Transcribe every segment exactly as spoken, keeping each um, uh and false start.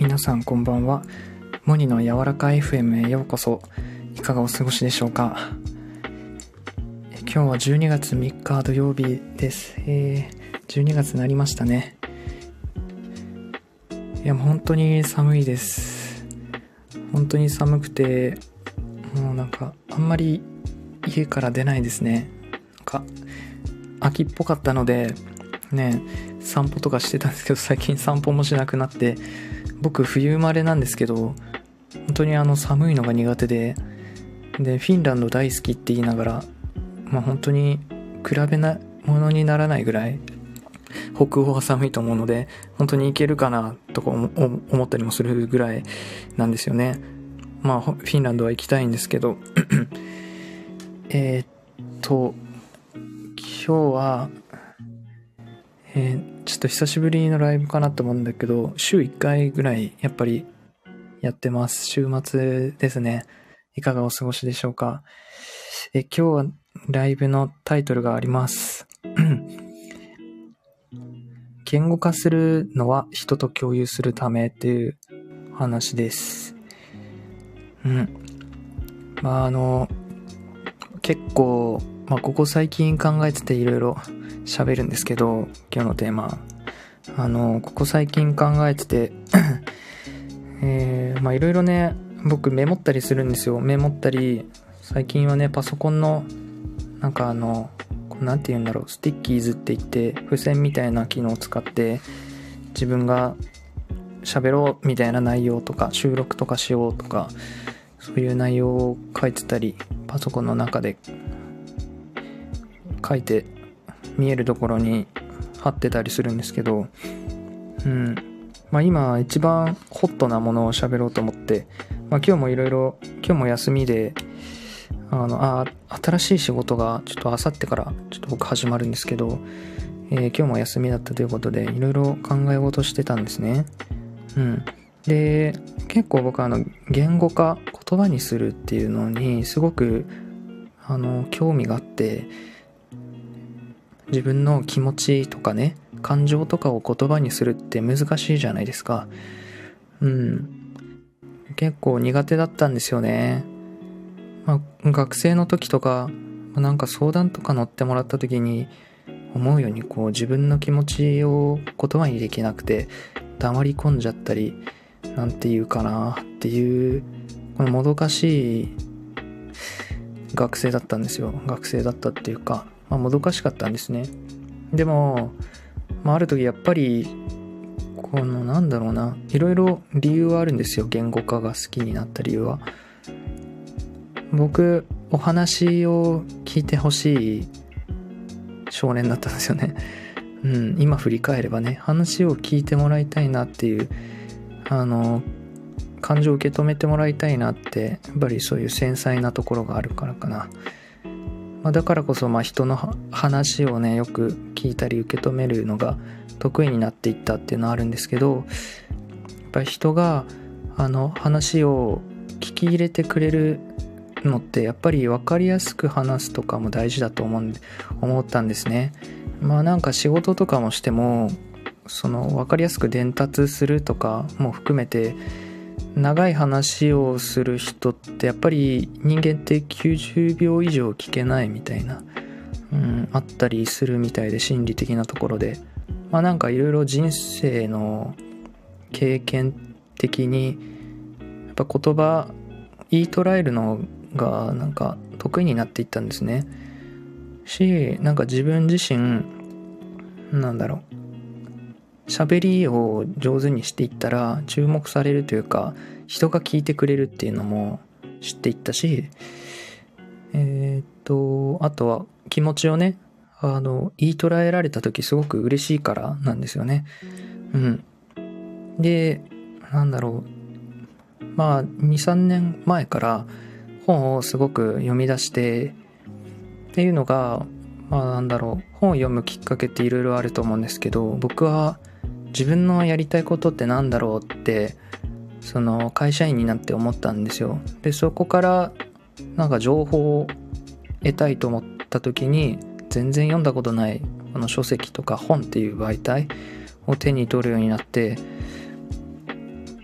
皆さんこんばんは。モニの柔らか エフエム へようこそ。いかがお過ごしでしょうか。え今日はじゅうにがつみっか土曜日です。えー、じゅうにがつになりましたね。いやもう本当に寒いです。本当に寒くて、もうなんかあんまり家から出ないですね。なんか秋っぽかったのでね、散歩とかしてたんですけど、最近散歩もしなくなって、僕冬生まれなんですけど、本当にあの寒いのが苦手で、でフィンランド大好きって言いながら、まあ本当に比べなものにならないぐらい北欧は寒いと思うので、本当に行けるかなとか思ったりもするぐらいなんですよね。まあフィンランドは行きたいんですけどえーっと今日はえー、ちょっと久しぶりのライブかなと思うんだけど、週いっかいぐらいやっぱりやってます。週末ですね。いかがお過ごしでしょうか。え今日はライブのタイトルがあります言語化するのは人と共有するためっていう話です。うんまああの結構、まあ、ここ最近考えてていろいろ喋るんですけど、今日のテーマあのここ最近考えててえー、まあいろいろね、僕メモったりするんですよ。メモったり、最近はねパソコンのなんかあのなんて言うんだろう、スティッキーズって言って付箋みたいな機能を使って自分が喋ろうみたいな内容とか収録とかしようとか、そういう内容を書いてたり、パソコンの中で書いて見えるところに貼ってたりするんですけど、うんまあ今一番ホットなものを喋ろうと思って、まあ今日もいろいろ、今日も休みで、あのあ新しい仕事がちょっと明後日からちょっと僕始まるんですけど、えー、今日も休みだったということでいろいろ考え事してたんですね。うんで結構僕はあの言語化、言葉にするっていうのにすごくあの興味があって、自分の気持ちとかね、感情とかを言葉にするって難しいじゃないですか。うん結構苦手だったんですよね。まあ、学生の時とかなんか相談とか乗ってもらった時に思うようにこう自分の気持ちを言葉にできなくて黙り込んじゃったり、なんていうかなっていうこのもどかしい学生だったんですよ。学生だったっていうか、まあ、もどかしかったんですね。でも、まあ、ある時やっぱりこのなんだろうな、いろいろ理由はあるんですよ。言語化が好きになった理由は。僕お話を聞いてほしい少年だったんですよね。うん、今振り返ればね、話を聞いてもらいたいなっていう、あの感情を受け止めてもらいたいなって、やっぱりそういう繊細なところがあるからかな。まあ、だからこそまあ人の話をねよく聞いたり受け止めるのが得意になっていったっていうのはあるんですけど、やっぱり人があの話を聞き入れてくれるのってやっぱり分かりやすく話すとかも大事だと思うんで思ったんですね。まあなんか仕事とかもしても、その分かりやすく伝達するとかも含めて、長い話をする人ってやっぱり人間ってきゅうじゅうびょう以上聞けないみたいな、うん、あったりするみたいで、心理的なところで、まあなんかいろいろ人生の経験的にやっぱ言葉言い捉えるのがなんか得意になっていったんですね。し、なんか自分自身なんだろう、喋りを上手にしていったら注目されるというか、人が聞いてくれるっていうのも知っていったし、えー、っとあとは気持ちをね、あの言い捉えられた時すごく嬉しいからなんですよね。うんでなんだろう、まあ にさんねんまえから本をすごく読み出してっていうのが、まあなんだろう、本を読むきっかけっていろいろあると思うんですけど、僕は自分のやりたいことってなんだろうって、その会社員になって思ったんですよ。でそこからなんか情報を得たいと思った時に、全然読んだことないこの書籍とか本っていう媒体を手に取るようになって、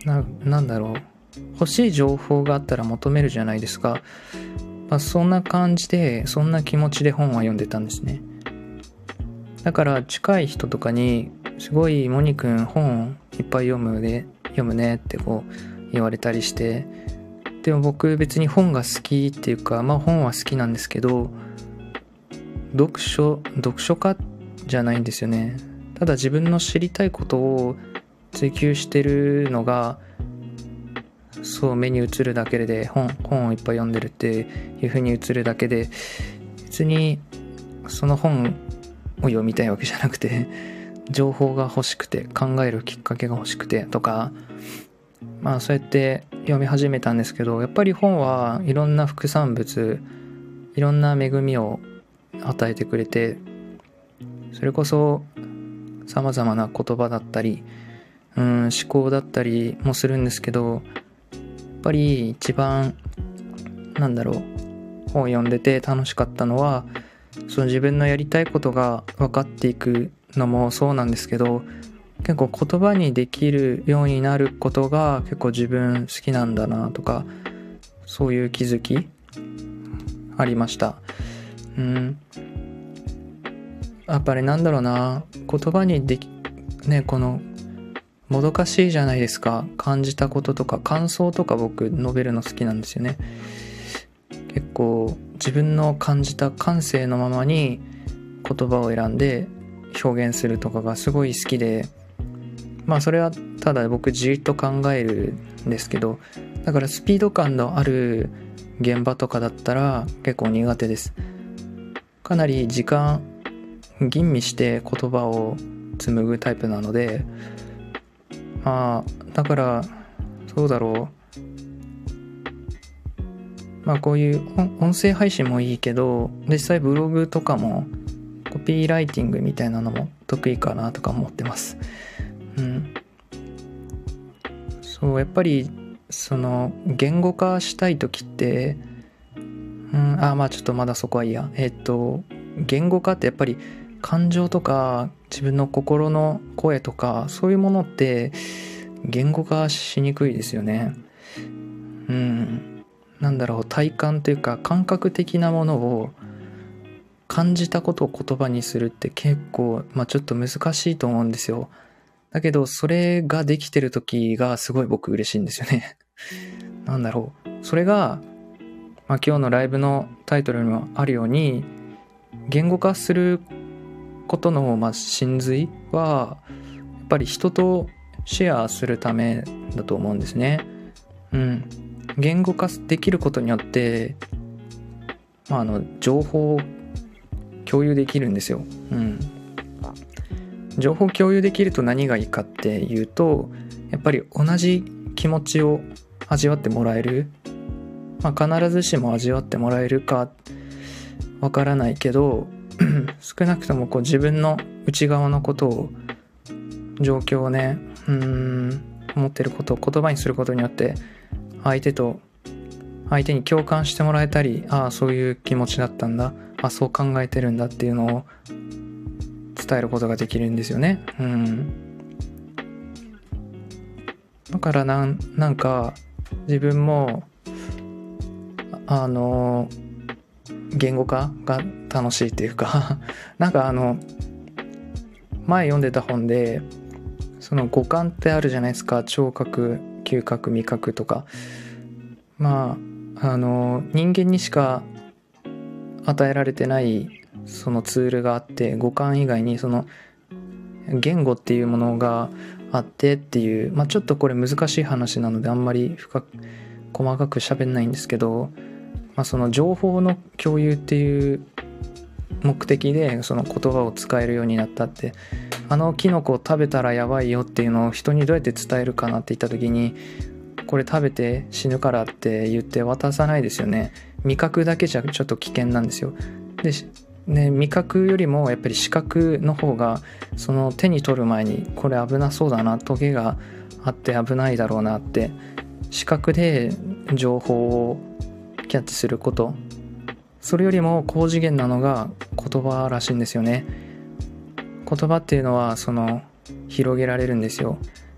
な, なんだろう欲しい情報があったら求めるじゃないですか。まあ、そんな感じでそんな気持ちで本は読んでたんですね。だから近い人とかにすごいモニ君本いっぱい読むね読むねってこう言われたりして、でも僕別に本が好きっていうか、まあ本は好きなんですけど、読書読書家じゃないんですよね。ただ自分の知りたいことを追求してるのがそう目に映るだけで、本本をいっぱい読んでるっていう風に映るだけで、別にその本を読みたいわけじゃなくて、情報が欲しくて考えるきっかけが欲しくてとか、まあそうやって読み始めたんですけど、やっぱり本はいろんな副産物、いろんな恵みを与えてくれて、それこそさまざまな言葉だったり、うん、思考だったりもするんですけど、やっぱり一番なんだろう本を読んでて楽しかったのは、その自分のやりたいことが分かっていくのもそうなんですけど、結構言葉にできるようになることが結構自分好きなんだなとか、そういう気づきありました。うん、やっぱりなんだろうな、言葉にできね、このもどかしいじゃないですか。感じたこととか感想とか僕述べるの好きなんですよね。結構自分の感じた感性のままに言葉を選んで表現するとかがすごい好きで、まあそれはただ僕じっと考えるんですけど、だからスピード感のある現場とかだったら結構苦手です。かなり時間吟味して言葉を紡ぐタイプなので、まあだからそうだろう、まあこういう音声配信もいいけど、実際ブログとかもコピーライティングみたいなのも得意かなとか思ってます。うん、そうやっぱりその言語化したい時って、うん、あまあちょっとまだそこはいいや。えっと言語化ってやっぱり感情とか自分の心の声とかそういうものって言語化しにくいですよね。うん、なんだろう、体感というか感覚的なものを感じたことを言葉にするって結構、まあ、ちょっと難しいと思うんですよ。だけどそれができてる時がすごい僕嬉しいんですよね。なんだろう、それが、まあ、今日のライブのタイトルにもあるように、言語化することの、まあ、真髄はやっぱり人とシェアするためだと思うんですね。うん、言語化できることによって、まあ、あの情報を共有できるんですよ。うん、情報共有できると何がいいかっていうと、やっぱり同じ気持ちを味わってもらえる、まあ、必ずしも味わってもらえるかわからないけど少なくともこう自分の内側のことを、状況をね、うーん思ってることを言葉にすることによって相手と相手に共感してもらえたり、ああそういう気持ちだったんだ、あそう考えてるんだっていうのを伝えることができるんですよね。うん、だからなん、なんか自分もあの言語化が楽しいっていうかなんかあの前読んでた本で、その五感ってあるじゃないですか。聴覚、嗅覚、味覚とか、まああの人間にしか与えられてないそのツールがあって、五感以外にその言語っていうものがあってっていう、まあちょっとこれ難しい話なのであんまり深く細かく喋んないんですけど、まあ、その情報の共有っていう目的でその言葉を使えるようになったって、あのキノコを食べたらやばいよっていうのを人にどうやって伝えるかなって言った時に、これ食べて死ぬからって言って渡さないですよね。味覚だけじゃちょっと危険なんですよ。で、ね、味覚よりもやっぱり視覚の方が、その手に取る前にこれ危なそうだな、トゲがあって危ないだろうなって、視覚で情報をキャッチすること、それよりも高次元なのが言葉らしいんですよね。言葉っていうのはその広げられるんですよ。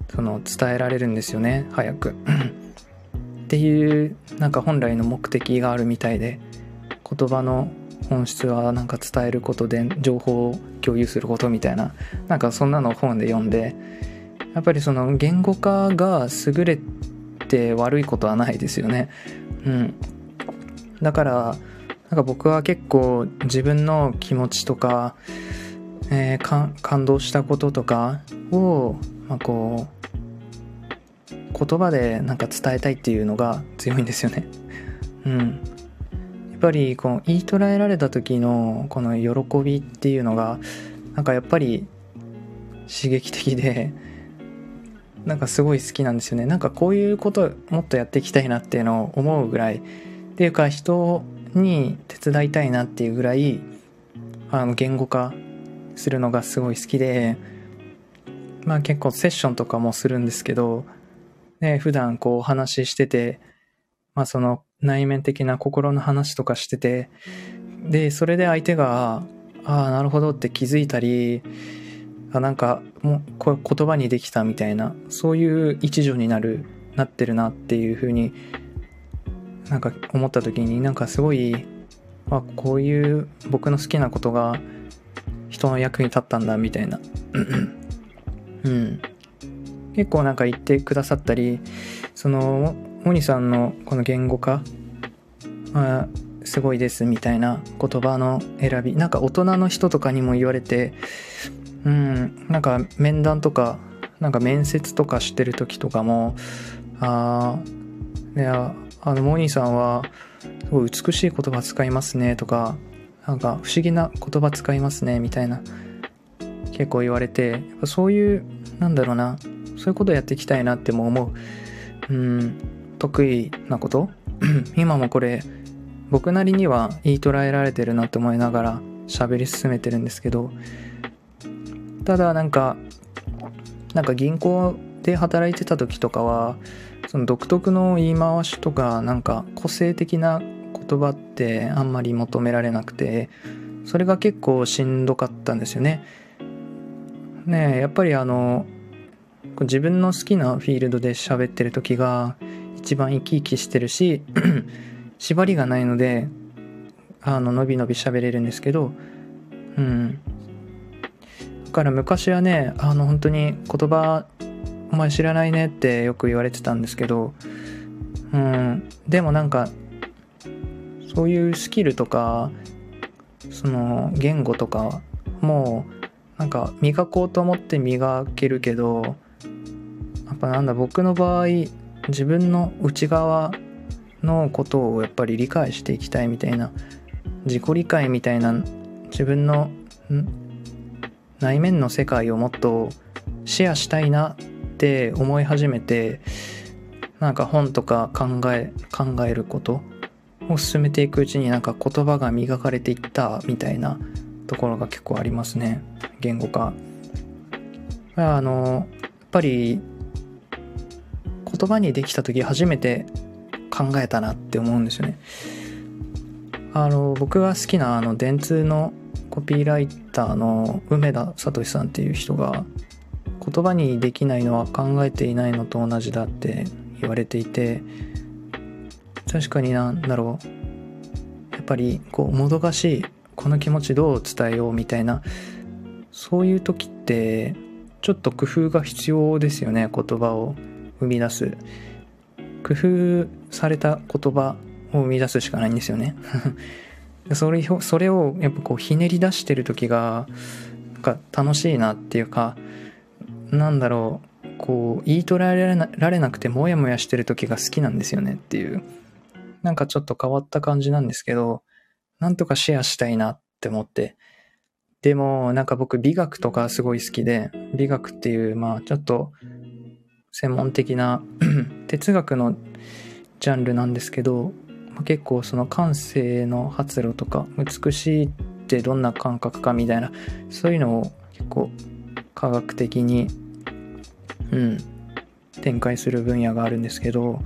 その伝えられるんですよね、早くっていうなんか本来の目的があるみたいで、言葉の本質はなんか伝えることで情報を共有することみたいな、なんかそんなのを本で読んで、やっぱりその言語化が優れて悪いことはないですよね。うん。だからなんか僕は結構自分の気持ちとか、えー、か感動したこととかを、まあ、こう言葉でなんか伝えたいっていうのが強いんですよね。うん。やっぱりこう言い捉えられた時のこの喜びっていうのがなんかやっぱり刺激的で、なんかすごい好きなんですよね。なんかこういうこともっとやっていきたいなっていうのを思うぐらいっていうか、人に手伝いたいなっていうぐらいあの言語化するのがすごい好きで、まあ結構セッションとかもするんですけど、ね、普段こうお話ししてて、まあその内面的な心の話とかしてて、でそれで相手がああなるほどって気づいたり、あなんかもうこれ言葉にできたみたいな、そういう一助になるなってるなっていう風になんか思った時に、なんかすごい、あこういう僕の好きなことが人の役に立ったんだみたいなうん結構なんか言ってくださったり、そのモニさんのこの言語化あすごいですみたいな言葉の選び、なんか大人の人とかにも言われて、うんなんか面談とかなんか面接とかしてる時とかも、あいやあのモニさんはすごい美しい言葉使いますねとか、なんか不思議な言葉使いますねみたいな結構言われて、やっぱそういうなんだろうな、そういうことをやっていきたいなっても思う。うん得意なこと今もこれ僕なりには言い捉えられてるなって思いながら喋り進めてるんですけど、ただなんかなんか銀行で働いてた時とかはその独特の言い回しとかなんか個性的な言葉ってあんまり求められなくて、それが結構しんどかったんですよね。ねえやっぱりあの自分の好きなフィールドで喋ってる時が一番生き生きしてるし縛りがないのであの伸び伸び喋れるんですけど、うんだから昔はねあの本当に言葉お前知らないねってよく言われてたんですけど、うんでもなんかそういうスキルとかその言語とかもなんか磨こうと思って磨けるけど、やっぱなんだ僕の場合自分の内側のことをやっぱり理解していきたいみたいな、自己理解みたいな自分の内面の世界をもっとシェアしたいなって思い始めて、なんか本とか考え考えることを進めていくうちになんか言葉が磨かれていったみたいなところが結構ありますね、言語化。あのやっぱり言葉にできた時初めて考えたなって思うんですよね。あの僕が好きなあの電通のコピーライターの梅田聡さんっていう人が、言葉にできないのは考えていないのと同じだって言われていて、確かになんだろう、やっぱりこうもどかしいこの気持ちどう伝えようみたいな、そういう時ってちょっと工夫が必要ですよね。言葉を生み出す工夫された言葉を生み出すしかないんですよねそれ、それをやっぱこうひねり出してる時がなんか楽しいなっていうか、なんだろう、こう言い捉えられな、られなくてモヤモヤしてる時が好きなんですよねっていう、なんかちょっと変わった感じなんですけど、なんとかシェアしたいなって思って。でもなんか僕美学とかすごい好きで、美学っていうまあちょっと専門的な哲学のジャンルなんですけど、結構その感性の発露とか美しいってどんな感覚かみたいな、そういうのを結構科学的にうん展開する分野があるんですけど、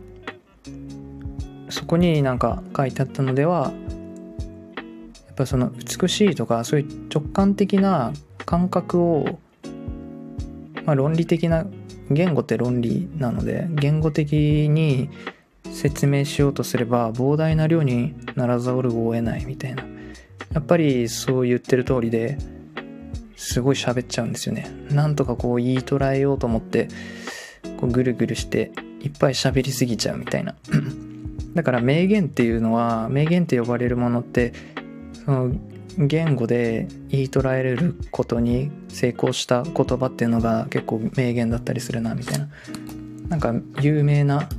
そこになんか書いてあったのでは、やっぱその美しいとかそういう直感的な感覚をまあ、論理的な、言語って論理なので言語的に説明しようとすれば膨大な量にならざるを得ないみたいな、やっぱりそう言ってる通りですごい喋っちゃうんですよね。なんとかこう言い捉えようと思ってこうぐるぐるしていっぱい喋りすぎちゃうみたいなだから名言っていうのは、名言って呼ばれるものってその言語で言い捉えれることに成功した言葉っていうのが結構名言だったりするなみたいな。なんか有名な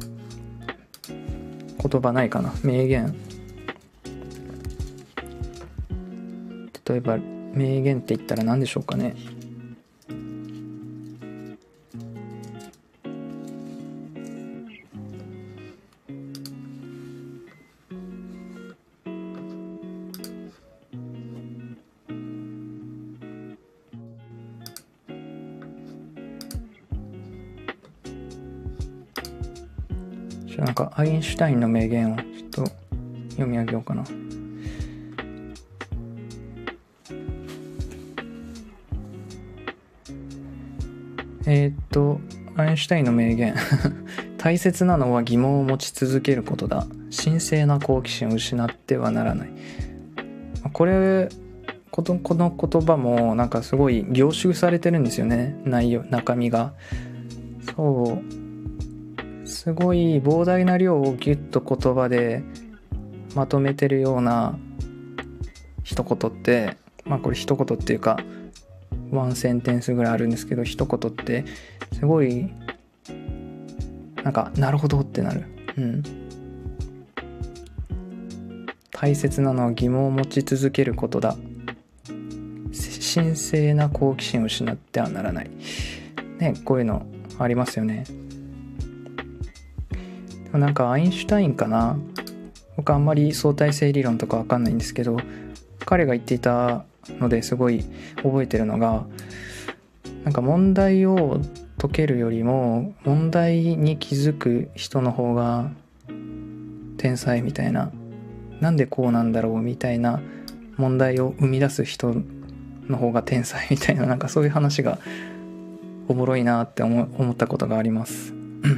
言葉ないかな、名言。例えば名言って言ったら何でしょうかね。なんかアインシュタインの名言をちょっと読み上げようかな。えー、っとアインシュタインの名言大切なのは疑問を持ち続けることだ。神聖な好奇心を失ってはならない。これこの、この言葉もなんかすごい凝縮されてるんですよね、内容、中身が。そうすごい膨大な量をギュッと言葉でまとめてるような一言って、まあこれ一言っていうかワンセンテンスぐらいあるんですけど、一言ってすごいなんかなるほどってなる。うん。大切なのは疑問を持ち続けることだ。神聖な好奇心を失ってはならないね。こういうのありますよね。なんかアインシュタインかな、僕あんまり相対性理論とかわかんないんですけど、彼が言っていたのですごい覚えてるのが、なんか問題を解けるよりも問題に気づく人の方が天才みたいな、なんでこうなんだろうみたいな問題を生み出す人の方が天才みたいな、なんかそういう話がおもろいなって思思ったことがあります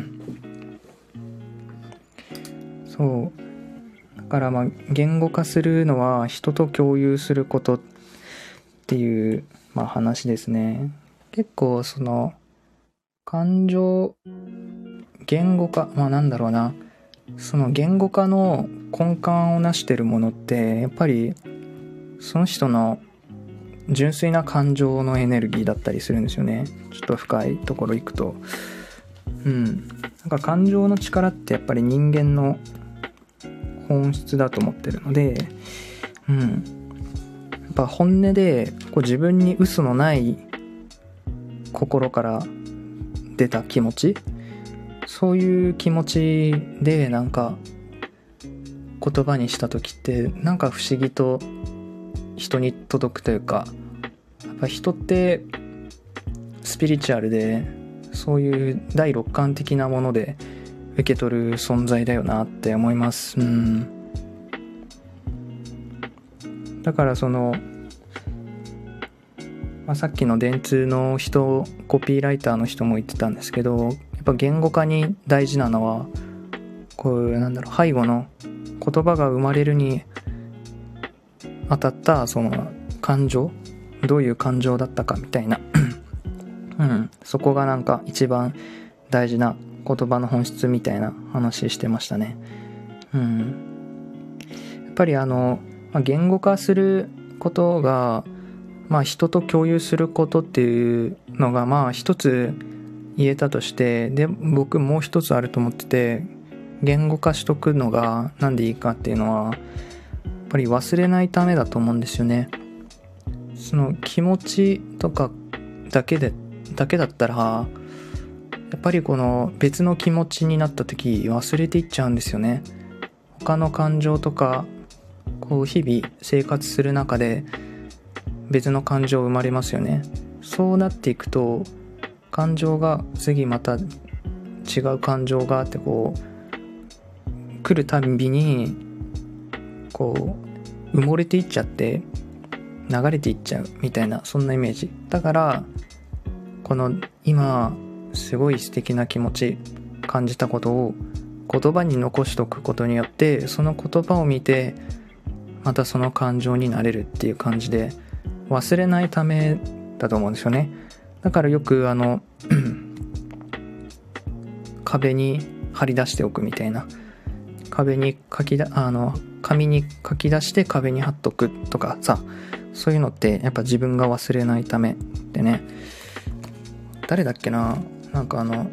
そうだからまあ言語化するのは人と共有することっていうまあ話ですね。結構その感情言語化、まあなんだろうな、その言語化の根幹を成してるものってやっぱりその人の純粋な感情のエネルギーだったりするんですよね。ちょっと深いところ行くと、うんなんか感情の力ってやっぱり人間の本質だと思ってるので、うんやっぱ本音でこう自分に嘘のない心から出た気持ち、そういう気持ちでなんか言葉にした時ってなんか不思議と人に届くというか、やっぱ人ってスピリチュアルでそういう第六感的なもので受け取る存在だよなって思います。うんだからその、まあ、さっきの電通の人コピーライターの人も言ってたんですけど、やっぱ言語化に大事なのはこういうなんだろう背後の言葉が生まれるに当たったその感情、どういう感情だったかみたいなうん、そこがなんか一番大事な言葉の本質みたいな話してましたね。うん、やっぱりあの、まあ、言語化することが、まあ、人と共有することっていうのがまあ一つ言えたとして、で僕もう一つあると思ってて、言語化しとくのがなんでいいかっていうのはやっぱり忘れないためだと思うんですよね。その気持ちとかだけでだけだったらやっぱりこの別の気持ちになった時忘れていっちゃうんですよね。他の感情とかこう日々生活する中で別の感情生まれますよね。そうなっていくと感情が次また違う感情があってこう来るたんびにこう埋もれていっちゃって流れていっちゃうみたいな、そんなイメージだからこの今すごい素敵な気持ち感じたことを言葉に残しとくことによって、その言葉を見てまたその感情になれるっていう感じで、忘れないためだと思うんですよね。だからよくあの壁に貼り出しておくみたいな、壁に書きだあの紙に書き出して壁に貼っとくとかさ、そういうのってやっぱ自分が忘れないためでね。誰だっけな、なんかあの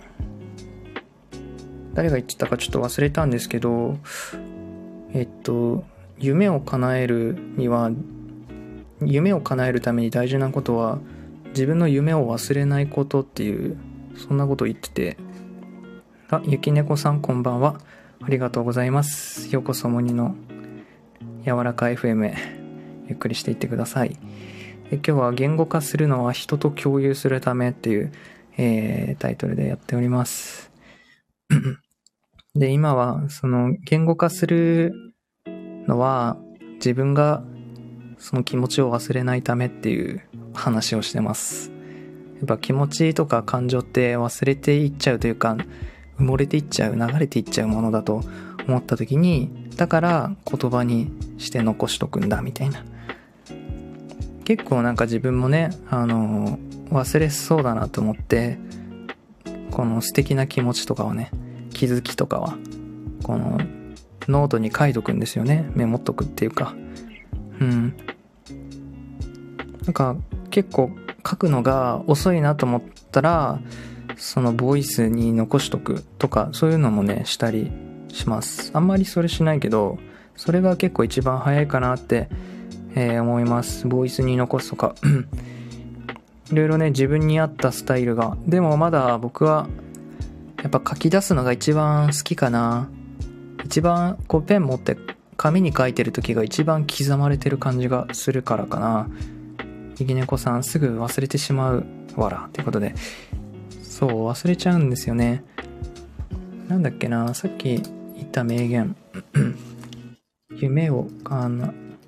誰が言ってたかちょっと忘れたんですけど、えっと夢を叶えるには夢を叶えるために大事なことは自分の夢を忘れないことっていう、そんなことを言ってて、あ、ゆきねこさんこんばんは、ありがとうございます。ようこそモニの柔らか エフエム へゆっくりしていってください。で今日は言語化するのは人と共有するためっていう、えー、タイトルでやっておりますで今はその言語化するのは自分がその気持ちを忘れないためっていう話をしてます。やっぱ気持ちとか感情って忘れていっちゃうというか、埋もれていっちゃう、流れていっちゃうものだと思った時に、だから言葉にして残しとくんだみたいな。結構なんか自分もね、あの忘れそうだなと思って、この素敵な気持ちとかをね、気づきとかはこのノートに書いとくんですよね。メモっとくっていうか、うんなんか結構書くのが遅いなと思ったら、そのボイスに残しとくとか、そういうのもねしたりします。あんまりそれしないけど、それが結構一番早いかなって、えー、思います。ボイスに残すとかいろいろね、自分に合ったスタイルが、でもまだ僕はやっぱ書き出すのが一番好きかな。一番こうペン持って紙に書いてる時が一番刻まれてる感じがするからかな。ゆきねこさん、すぐ忘れてしまうわらってことで、そう忘れちゃうんですよね。なんだっけな、さっき言った名言夢をかな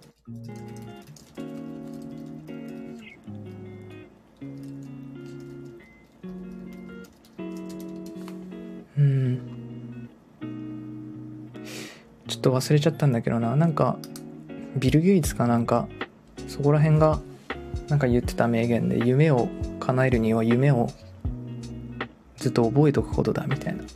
うんちょっと忘れちゃったんだけどな。なんかビル・ゲイツかなんかそこら辺がなんか言ってた名言で、夢を叶えるには夢をずっと覚えとくことだみたいな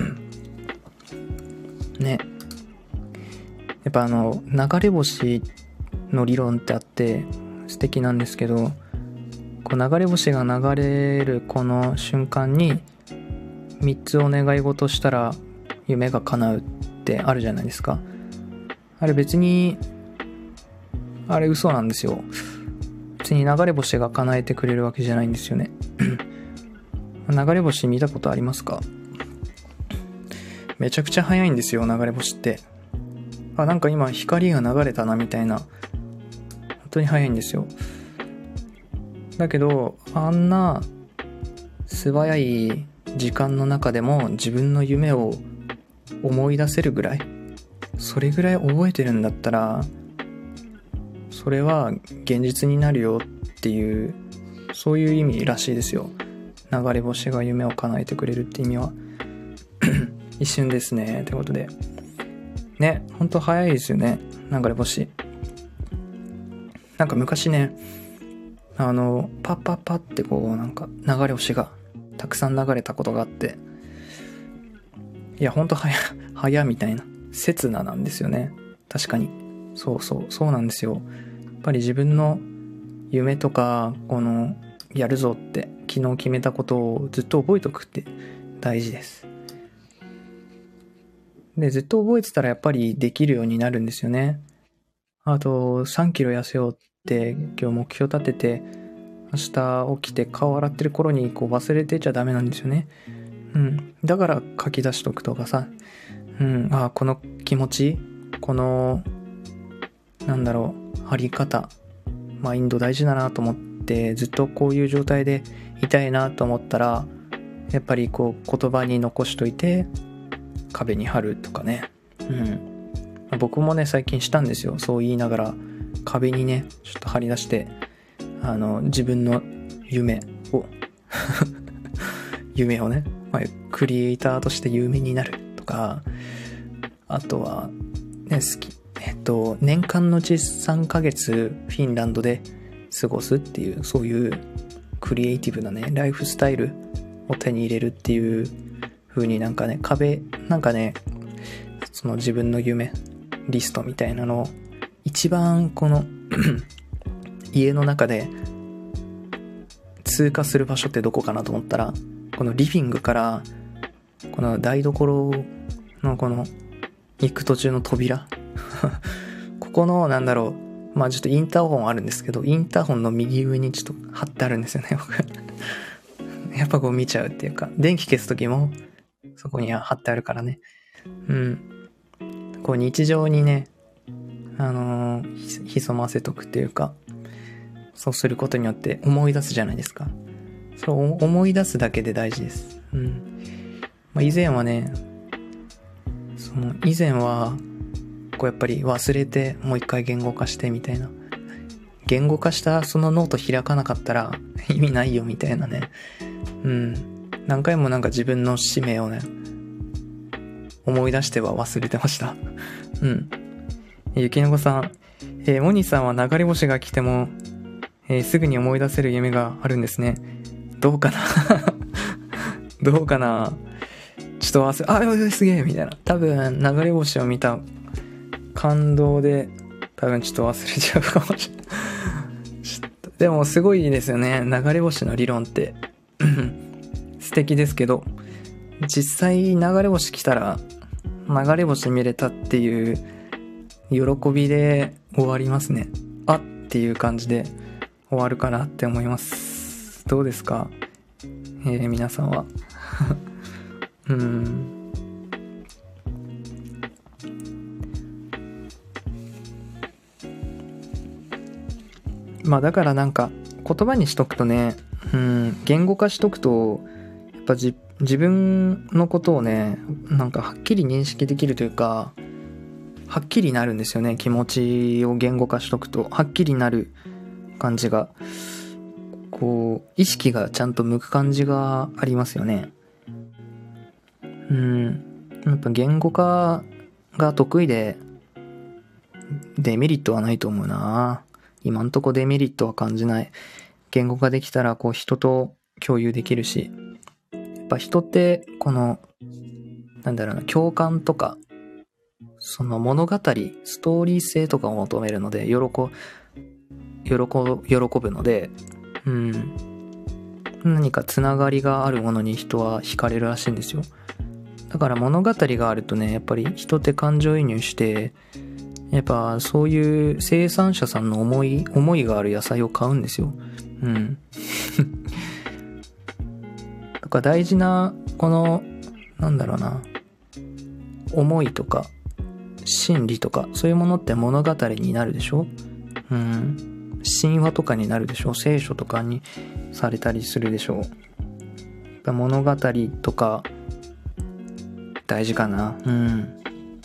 ね。やっぱあの流れ星の理論ってあって素敵なんですけど、こう流れ星が流れるこの瞬間にみっつお願い事したら夢が叶うってあるじゃないですか。あれ別にあれ嘘なんですよ。別に流れ星が叶えてくれるわけじゃないんですよね流れ星見たことありますか？めちゃくちゃ早いんですよ、流れ星って。あ、なんか今光が流れたなみたいな、本当に早いんですよ。だけどあんな素早い時間の中でも自分の夢を思い出せるぐらい、それぐらい覚えてるんだったら、それは現実になるよっていう、そういう意味らしいですよ。流れ星が夢を叶えてくれるって意味は一瞬ですねってことでね、ほんと早いですよね、流れ星。なんか昔ね、あのパッパッパってこうなんか流れ星がたくさん流れたことがあって、いやほんと早早みたいな、刹那なんですよね。確かにそうそうそうなんですよ。やっぱり自分の夢とかこのやるぞって昨日決めたことをずっと覚えとくって大事です。でずっと覚えてたらやっぱりできるようになるんですよね。あとさんキロ痩せようって今日目標立てて、明日起きて顔洗ってる頃にこう忘れてちゃダメなんですよね。うん、だから書き出しとくとかさ、うん、あこの気持ち、このなんだろう、張り方、マインド大事だなと思って、ずっとこういう状態でいたいなと思ったら、やっぱりこう言葉に残しといて壁に貼るとかね。うん、僕もね最近したんですよ。そう言いながら壁にねちょっと貼り出して、あの自分の夢を夢をね、まあ、クリエイターとして有名になるとか、あとはね、好きえっと年間のうちさんかげつフィンランドで過ごすっていう、そういうクリエイティブなねライフスタイルを手に入れるっていう風に、なんかね壁なんかねその自分の夢リストみたいなのを一番この家の中で通過する場所ってどこかなと思ったら、このリビングからこの台所のこの行く途中の扉ここのなんだろう、まあちょっとインターホンあるんですけど、インターホンの右上にちょっと貼ってあるんですよね僕やっぱこう見ちゃうっていうか、電気消す時もそこには貼ってあるからね。うんこう日常にねあのー、潜ませとくっていうか、そうすることによって思い出すじゃないですか。そう思い出すだけで大事です。うん。まあ、以前はね、その以前はこうやっぱり忘れてもう一回言語化してみたいな。言語化したそのノート開かなかったら意味ないよみたいなね。うん。何回もなんか自分の使命をね思い出しては忘れてました。うん。ゆきのこさん、えー、モニさんは流れ星が来ても、えー、すぐに思い出せる夢があるんですね。どうかなどうかなちょっと忘れ、あ、やばいすげえみたいな。多分流れ星を見た感動で多分ちょっと忘れちゃうかもしれない。でもすごいですよね。流れ星の理論って素敵ですけど、実際流れ星来たら流れ星見れたっていう喜びで終わりますね。あっていう感じで終わるかなって思います。どうですか、えー、皆さんはうーんまあだからなんか言葉にしとくとね、うん言語化しとくとやっぱじ自分のことをねなんかはっきり認識できるというか、はっきりなるんですよね。気持ちを言語化しとくとはっきりなる感じが、こう意識がちゃんと向く感じがありますよね。うんやっぱ言語化が得意でデメリットはないと思うな。今んとこデメリットは感じない。言語化できたらこう人と共有できるし、やっぱ人ってこのなんだろうな、共感とかその物語ストーリー性とかを求めるので、喜喜喜ぶので、うん何かつながりがあるものに人は惹かれるらしいんですよ。だから物語があるとね、やっぱり人って感情移入して、やっぱそういう生産者さんの思い思いがある野菜を買うんですよ。うんだから大事なこのなんだろうな、思いとか心理とかそういうものって物語になるでしょ。うん神話とかになるでしょ。聖書とかにされたりするでしょう。物語とか大事かな。うん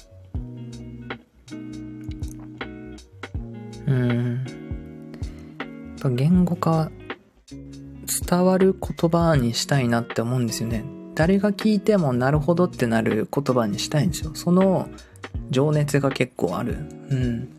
うん言語化伝わる言葉にしたいなって思うんですよね。誰が聞いてもなるほどってなる言葉にしたいんですよ。その情熱が結構ある。うん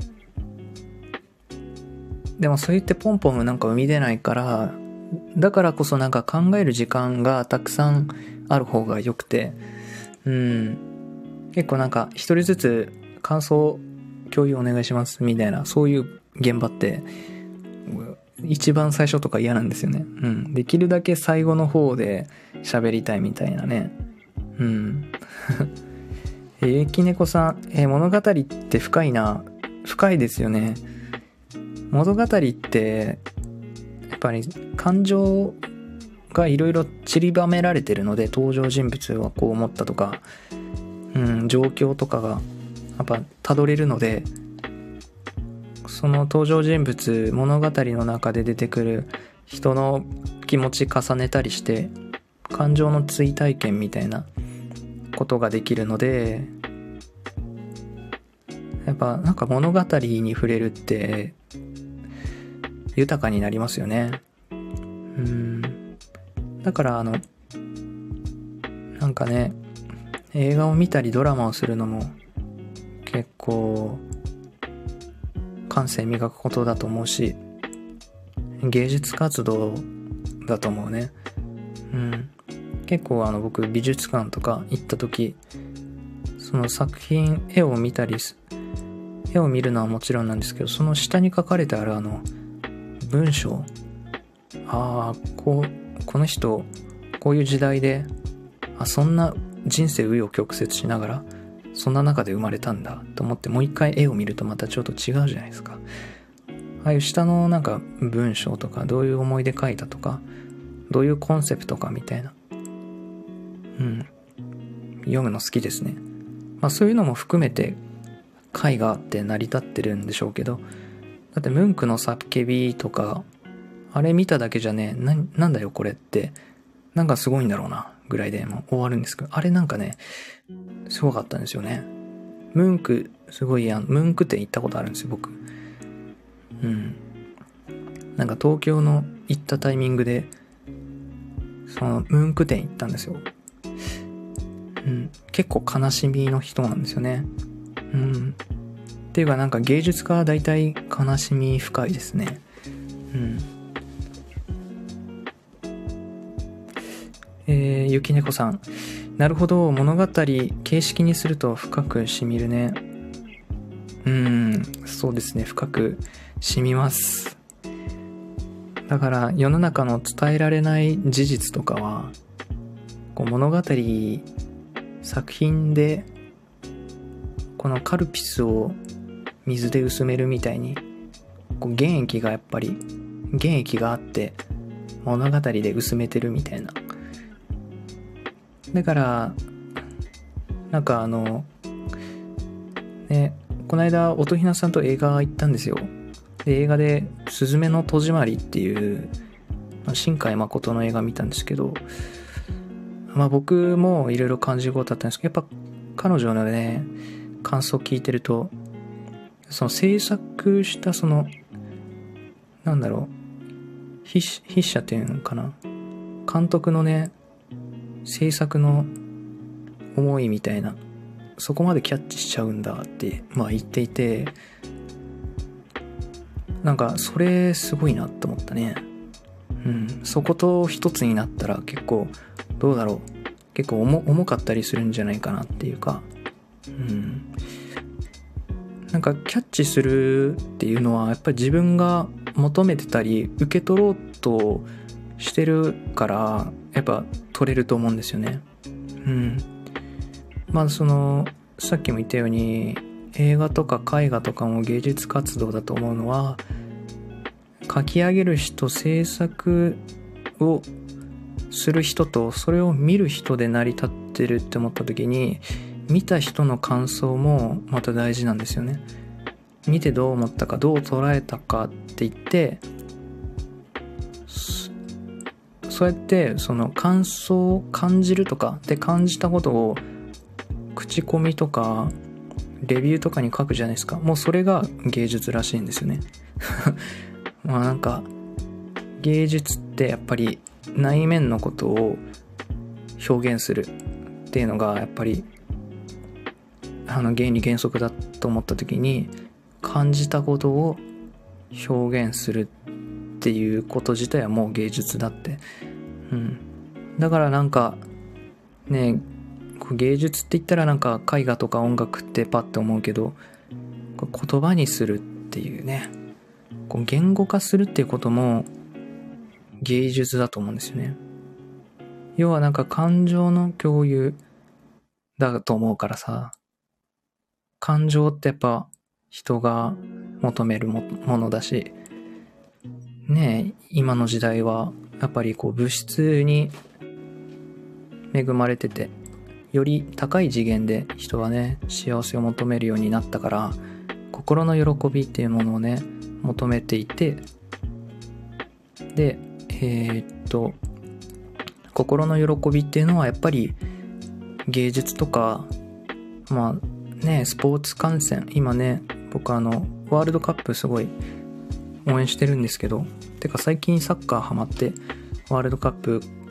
でもそう言ってポンポンなんか生み出ないから、だからこそなんか考える時間がたくさんある方が良くて、うん結構なんか一人ずつ感想共有お願いしますみたいな、そういう現場って一番最初とか嫌なんですよね。うんできるだけ最後の方で喋りたいみたいなね。うんえー、きねこさん、えー、物語って深いな。深いですよね。物語ってやっぱり感情がいろいろ散りばめられてるので、登場人物はこう思ったとか、うん、状況とかがやっぱたどれるので、その登場人物物語の中で出てくる人の気持ち重ねたりして感情の追体験みたいなことができるので、やっぱなんか物語に触れるって豊かになりますよね。うんだからあのなんかね、映画を見たりドラマをするのも結構感性磨くことだと思うし、芸術活動だと思うね。うん。結構あの僕美術館とか行った時、その作品、絵を見たりす、絵を見るのはもちろんなんですけど、その下に書かれてあるあの文章、ああ、こう、この人、こういう時代で、あ、そんな人生紆余曲折しながら、そんな中で生まれたんだと思って、もう一回絵を見るとまたちょっと違うじゃないですか。ああいう下のなんか文章とか、どういう思いで書いたとか、どういうコンセプトかみたいな、うん、読むの好きですね。まあそういうのも含めて絵画って成り立ってるんでしょうけど、だってムンクの叫びとか、あれ見ただけじゃね、な、なんだよこれって、なんかすごいんだろうなぐらいでもう終わるんですけど、あれなんかね、すごかったんですよね。ムンク、すごいやん、ムンク店行ったことあるんですよ、僕。うん。なんか東京の行ったタイミングで、そのムンク店行ったんですよ。うん。結構悲しみの人なんですよね。うん。っていうかなんか芸術家は大体悲しみ深いですね。うん。えー、ゆきねこさん。なるほど、物語形式にすると深く染みるね。うーん、そうですね、深く染みます。だから世の中の伝えられない事実とかは、こう物語作品でこのカルピスを水で薄めるみたいに、こう原液がやっぱり原液があって物語で薄めてるみたいな。だからなんかあのね、この間音ひなさんと映画行ったんですよ。で映画で「すずめの戸締まり」っていう新海誠の映画見たんですけど、まあ僕もいろいろ感じることあったんですけど、やっぱ彼女のね感想を聞いてると、その制作したそのなんだろう筆筆者っていうのかな、監督のね制作の思いみたいな、そこまでキャッチしちゃうんだってまあ言っていて、なんかそれすごいなと思ったね。うん、そこと一つになったら結構どうだろう、結構 重, 重かったりするんじゃないかなっていうか、うん、なんかキャッチするっていうのはやっぱり自分が求めてたり受け取ろうとしてるからやっぱ取れると思うんですよね。うん。まあそのさっきも言ったように映画とか絵画とかも芸術活動だと思うのは、書き上げる人、制作をする人とそれを見る人で成り立ってるって思った時に、見た人の感想もまた大事なんですよね。見てどう思ったか、どう捉えたかって言って、そうやってその感想を感じるとかで感じたことを口コミとかレビューとかに書くじゃないですか。もうそれが芸術らしいんですよね。まあなんか芸術ってやっぱり内面のことを表現するっていうのがやっぱりあの原理原則だと思った時に、感じたことを表現するっていうこと自体はもう芸術だって、うん、だからなんかね、芸術って言ったらなんか絵画とか音楽ってパッて思うけど、言葉にするっていうね、こう言語化するっていうことも芸術だと思うんですよね。要はなんか感情の共有だと思うからさ、感情ってやっぱ人が求めるものだしねえ、今の時代はやっぱりこう物質に恵まれてて、より高い次元で人はね幸せを求めるようになったから、心の喜びっていうものをね求めていて、でえー、っと心の喜びっていうのはやっぱり芸術とか、まあねスポーツ観戦、今ね僕あのワールドカップすごい応援してるんですけど、てか最近サッカーハマってワールドカップ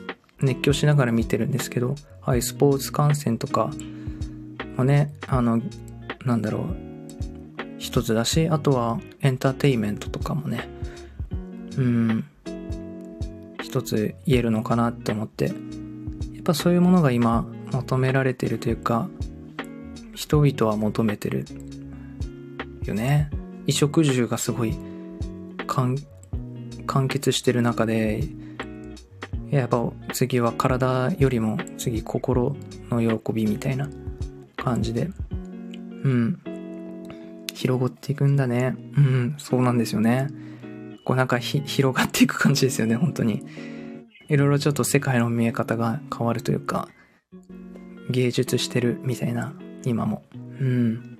熱狂しながら見てるんですけど、ああいうスポーツ観戦とかもね、あのなんだろう一つだし、あとはエンターテインメントとかもね、うん一つ言えるのかなって思って、やっぱそういうものが今求められてるというか、人々は求めてるよね。衣食住がすごい完結してる中で、やっぱ次は体よりも次心の喜びみたいな感じで、うん広がっていくんだね。うんそうなんですよね。こうなんかひ広がっていく感じですよね。本当にいろいろちょっと世界の見え方が変わるというか、芸術してるみたいな今も。うん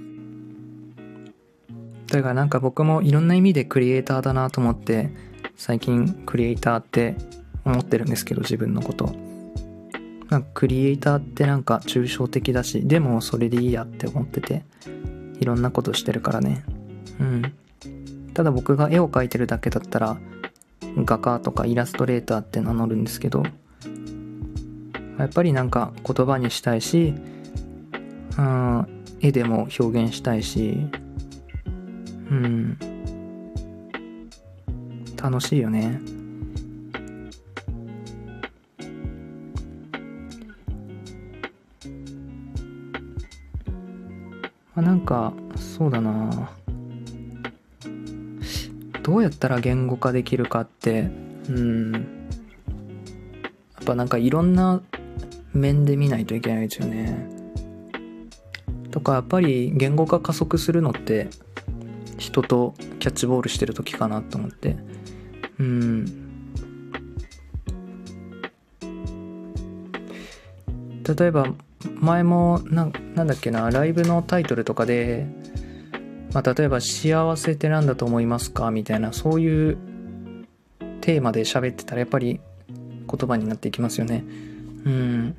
だからなんか僕もいろんな意味でクリエイターだなと思って、最近クリエイターって思ってるんですけど、自分のこと。なんかクリエイターってなんか抽象的だし、でもそれでいいやって思ってて、いろんなことしてるからね。うんただ僕が絵を描いてるだけだったら画家とかイラストレーターって名乗るんですけど、やっぱりなんか言葉にしたいし、うん、絵でも表現したいし、うん楽しいよね。あなんかそうだな、どうやったら言語化できるかって、うんやっぱなんかいろんな面で見ないといけないですよね。とかやっぱり言語化加速するのって人とキャッチボールしてる時かなと思って、うん例えば前もな、なんだっけな、ライブのタイトルとかで、まあ、例えば幸せって何だと思いますかみたいな、そういうテーマで喋ってたらやっぱり言葉になっていきますよね。うん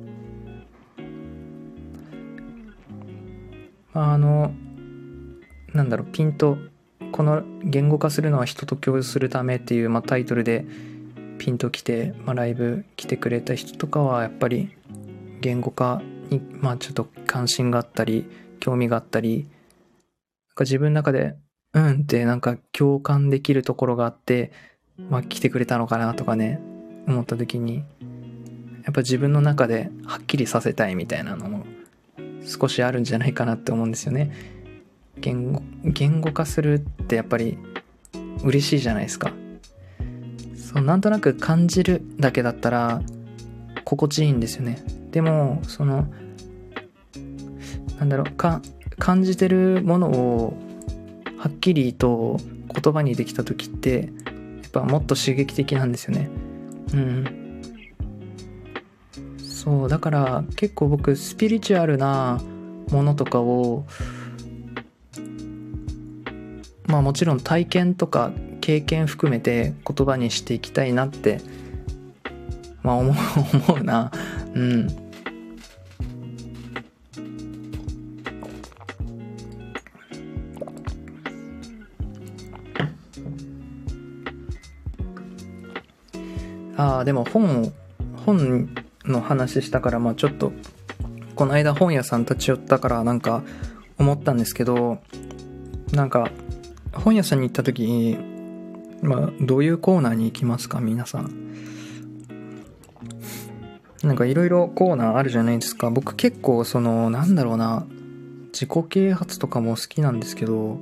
あのなんだろうピンとこの言語化するのは人と共有するためっていう、まあ、タイトルでピンときて、まあ、ライブ来てくれた人とかはやっぱり言語化に、まあ、ちょっと関心があったり興味があったり、なんか自分の中でうんってなんか共感できるところがあって、まあ、来てくれたのかなとかね思った時に、やっぱ自分の中ではっきりさせたいみたいなのも少しあるんじゃないかなって思うんですよね。言語、言語化するってやっぱり嬉しいじゃないですか。そうなんとなく感じるだけだったら心地いいんですよね。でもそのなんだろうか感じてるものをはっきりと言葉にできた時ってやっぱもっと刺激的なんですよね。うんそうだから結構僕スピリチュアルなものとかをまあもちろん体験とか経験含めて言葉にしていきたいなってまあ思う思うな。うんああでも本本の話したから、まあちょっとこの間本屋さん立ち寄ったからなんか思ったんですけど、なんか本屋さんに行った時に、まあどういうコーナーに行きますか皆さん。なんかいろいろコーナーあるじゃないですか。僕結構そのなんだろうな、自己啓発とかも好きなんですけど、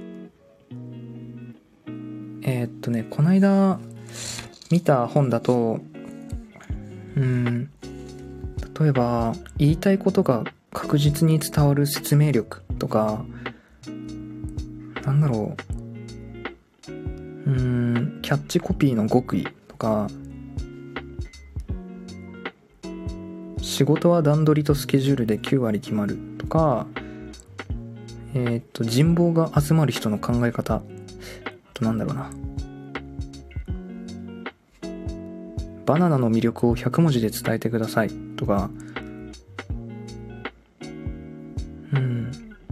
えー、っとねこの間見た本だと、うーん例えば言いたいことが確実に伝わる説明力とか、なんだろう、うーんキャッチコピーの極意とか、仕事は段取りとスケジュールできゅう割決まるとか、えー、っと人望が集まる人の考え方、あとなんだろうな、バナナの魅力をひゃく文字で伝えてくださいとか、うん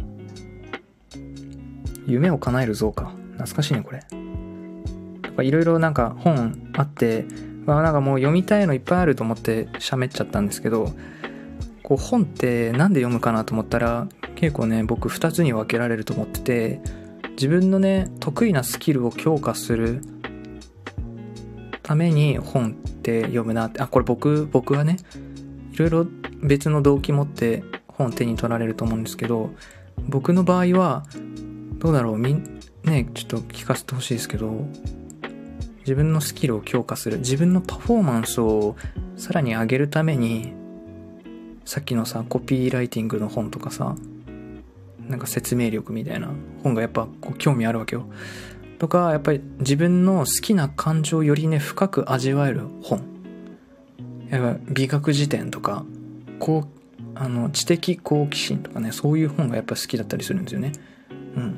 夢を叶えるぞか、懐かしいねこれとか、いろいろなんか本あって、 まあなんかもう読みたいのいっぱいあると思って喋っちゃったんですけど、こう本ってなんで読むかなと思ったら、結構ね僕ふたつに分けられると思ってて、自分のね得意なスキルを強化するために本って読むなって、あこれ僕僕はねいろいろ別の動機持って本手に取られると思うんですけど、僕の場合はどうだろう、みんねちょっと聞かせてほしいですけど、自分のスキルを強化する、自分のパフォーマンスをさらに上げるために、さっきのさコピーライティングの本とかさ、なんか説明力みたいな本がやっぱこう興味あるわけよ。とかやっぱり自分の好きな感情をよりね深く味わえる本、やっぱ美学辞典とかこうあの知的好奇心とかね、そういう本がやっぱ好きだったりするんですよね。うん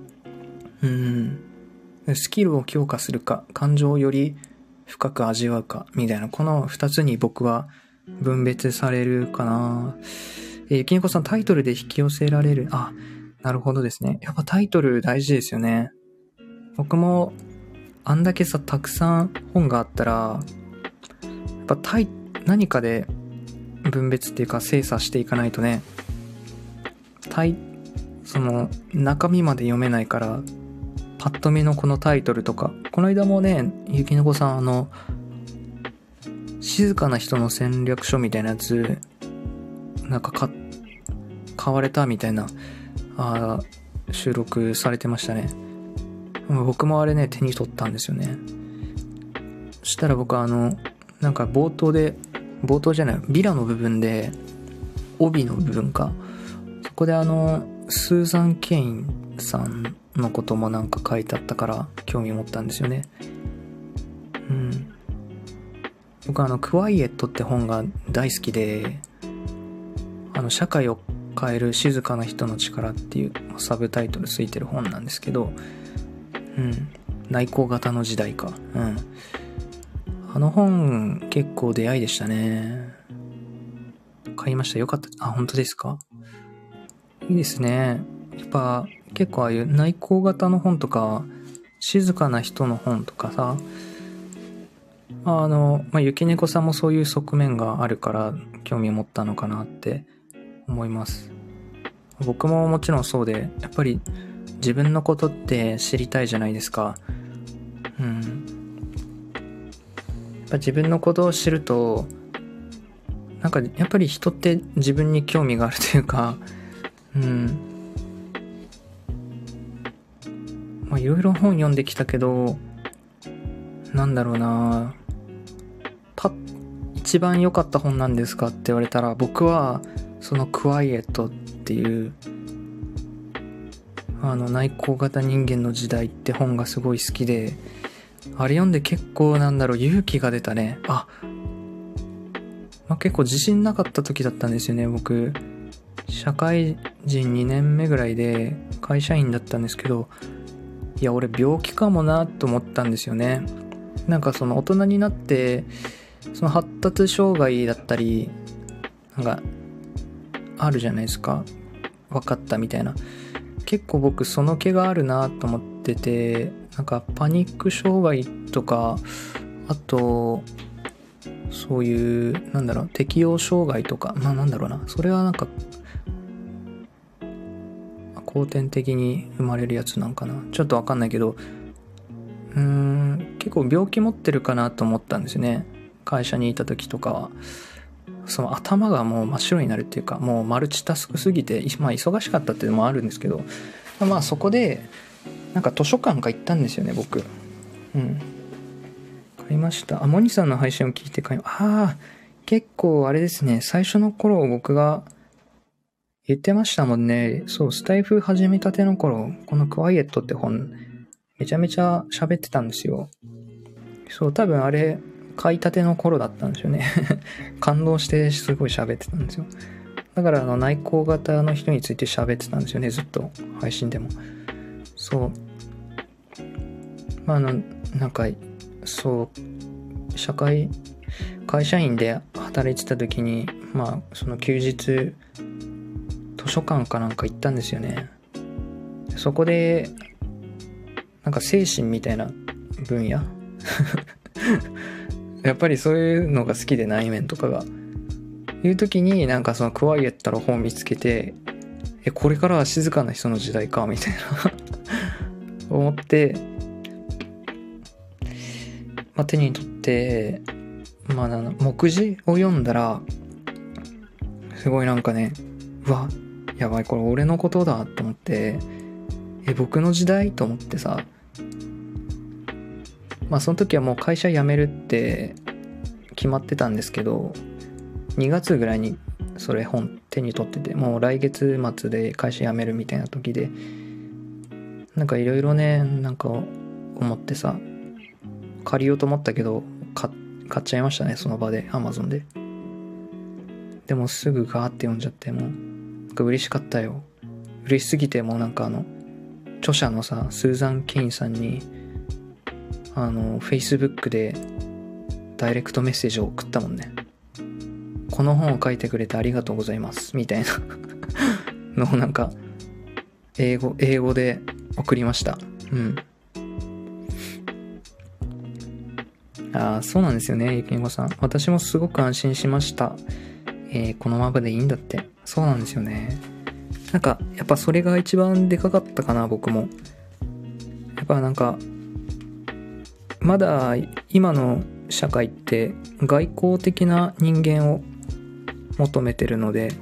うんスキルを強化するか、感情をより深く味わうかみたいな、このふたつに僕は分別されるかな。えー、ゆきねこさん、タイトルで引き寄せられる、あ、なるほどですね。やっぱタイトル大事ですよね。僕もあんだけさたくさん本があったら、やっぱタイ何かで分別っていうか精査していかないとね、タイその中身まで読めないから、パッと見のこのタイトルとか、この間もねゆきねこさんあの静かな人の戦略書みたいなやつなんか買買われたみたいなあ収録されてましたね。僕もあれね手に取ったんですよね。そしたら僕あのなんか冒頭で冒頭じゃないビラの部分で帯の部分か、そこであのスーザン・ケインさんのこともなんか書いてあったから興味持ったんですよね。うん僕あのクワイエットって本が大好きで、あの社会を変える静かな人の力っていうサブタイトルついてる本なんですけど、うん内向型の時代か、うんあの本結構出会いでしたね。買いました。よかった。あ、本当ですか？いいですね。やっぱ結構ああいう内向型の本とか静かな人の本とかさ、あの、まあ、ゆきねこさんもそういう側面があるから興味を持ったのかなって思います。僕ももちろんそうで、やっぱり自分のことって知りたいじゃないですか。うん。やっぱ自分のことを知ると、なんかやっぱり人って自分に興味があるというか、うん。まあいろいろ本読んできたけど、なんだろうな、た一番良かった本なんですかって言われたら、僕はそのクワイエットっていうあの内向型人間の時代って本がすごい好きで、あれ読んで結構なんだろう勇気が出たね。あ、まあ、結構自信なかった時だったんですよね。僕社会人にねんめぐらいで会社員だったんですけど、いや俺病気かもなと思ったんですよね。なんかその大人になってその発達障害だったりなんかあるじゃないですか、分かったみたいな。結構僕その気があるなと思ってて、なんかパニック障害とか、あとそういうなんだろう適応障害とか、まあなんだろうな、それはなんか後天的に生まれるやつなんかな、ちょっと分かんないけど、うーん結構病気持ってるかなと思ったんですよね。会社にいた時とかはその頭がもう真っ白になるっていうか、もうマルチタスクすぎて、まあ忙しかったっていうのもあるんですけど、まあそこでなんか図書館か行ったんですよね僕。うん買いました。あ、モニさんの配信を聞いて買いました。ああ結構あれですね、最初の頃僕が言ってましたもんね。そう、スタイフ始めたての頃、このクワイエットって本めちゃめちゃ喋ってたんですよ。そう多分あれ買いたての頃だったんですよね感動してすごい喋ってたんですよ。だからあの内向型の人について喋ってたんですよね、ずっと配信でも。そうまああのなんかそう社会会社員で働いてた時に、まあその休日図書館かなんか行ったんですよね。そこでなんか精神みたいな分野やっぱりそういうのが好きで、内面とかがいう時になんかそのクワイエットの本見つけて、えこれからは静かな人の時代かみたいな思って、まあ、手に取って、まあ、目次を読んだらすごいなんかね、うわやばいこれ俺のことだと思って、え僕の時代と思ってさ、まあその時はもう会社辞めるって決まってたんですけど、にがつぐらいにそれ本手に取ってて、もう来月末で会社辞めるみたいな時で、なんかいろいろねなんか思ってさ、借りようと思ったけど買買っちゃいましたね、その場で Amazon で。でもすぐガーって読んじゃって、もうなんか嬉しかったよ。嬉しすぎて、もうなんかあの著者のさスーザン・ケインさんにあの Facebook でダイレクトメッセージを送ったもんね。この本を書いてくれてありがとうございますみたいなのをなんか英語英語で送りました。うん。ああそうなんですよね、ゆきんごさん。私もすごく安心しました。えー、このままでいいんだって。そうなんですよね。なんかやっぱそれが一番でかかったかな、僕も。やっぱなんかまだ今の社会って外交的な人間を求めてるので、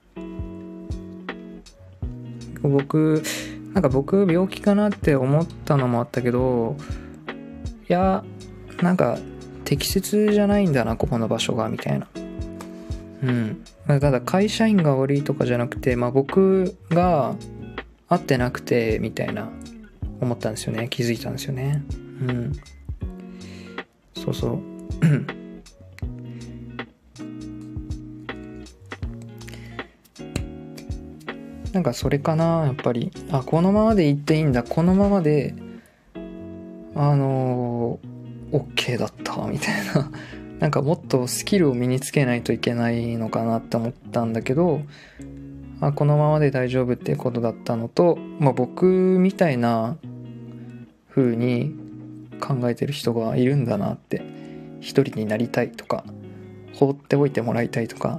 僕なんか僕病気かなって思ったのもあったけど、いやなんか適切じゃないんだなここの場所がみたいな。うん。ただ会社員が悪いとかじゃなくて、まあ僕が合ってなくてみたいな思ったんですよね。気づいたんですよね。うん。そうそうなんかそれかな、やっぱり。あ、このままでいっていいんだ、このままであのー、OK だったみたいななんかもっとスキルを身につけないといけないのかなって思ったんだけど、あ、このままで大丈夫っていうことだったのと、まあ僕みたいな風に考えてる人がいるんだなって、一人になりたいとか放っておいてもらいたいとか、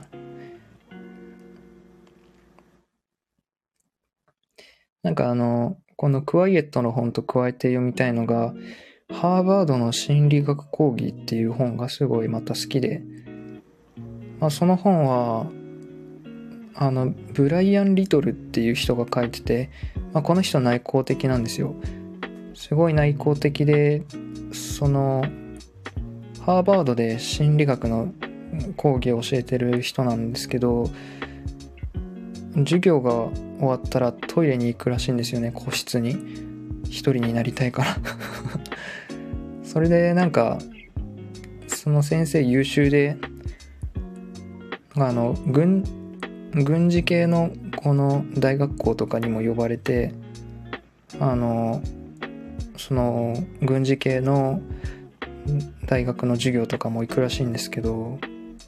なんかあのこのクワイエットの本と加えて読みたいのが、ハーバードの心理学講義っていう本がすごいまた好きで、まあ、その本はあのブライアン・リトルっていう人が書いてて、まあ、この人内向的なんですよ。すごい内向的で、そのハーバードで心理学の講義を教えてる人なんですけど、授業が終わったらトイレに行くらしいんですよね、個室に。一人になりたいからそれでなんかその先生優秀で、あの軍軍事系のこの大学校とかにも呼ばれて、あのその軍事系の大学の授業とかも行くらしいんですけど、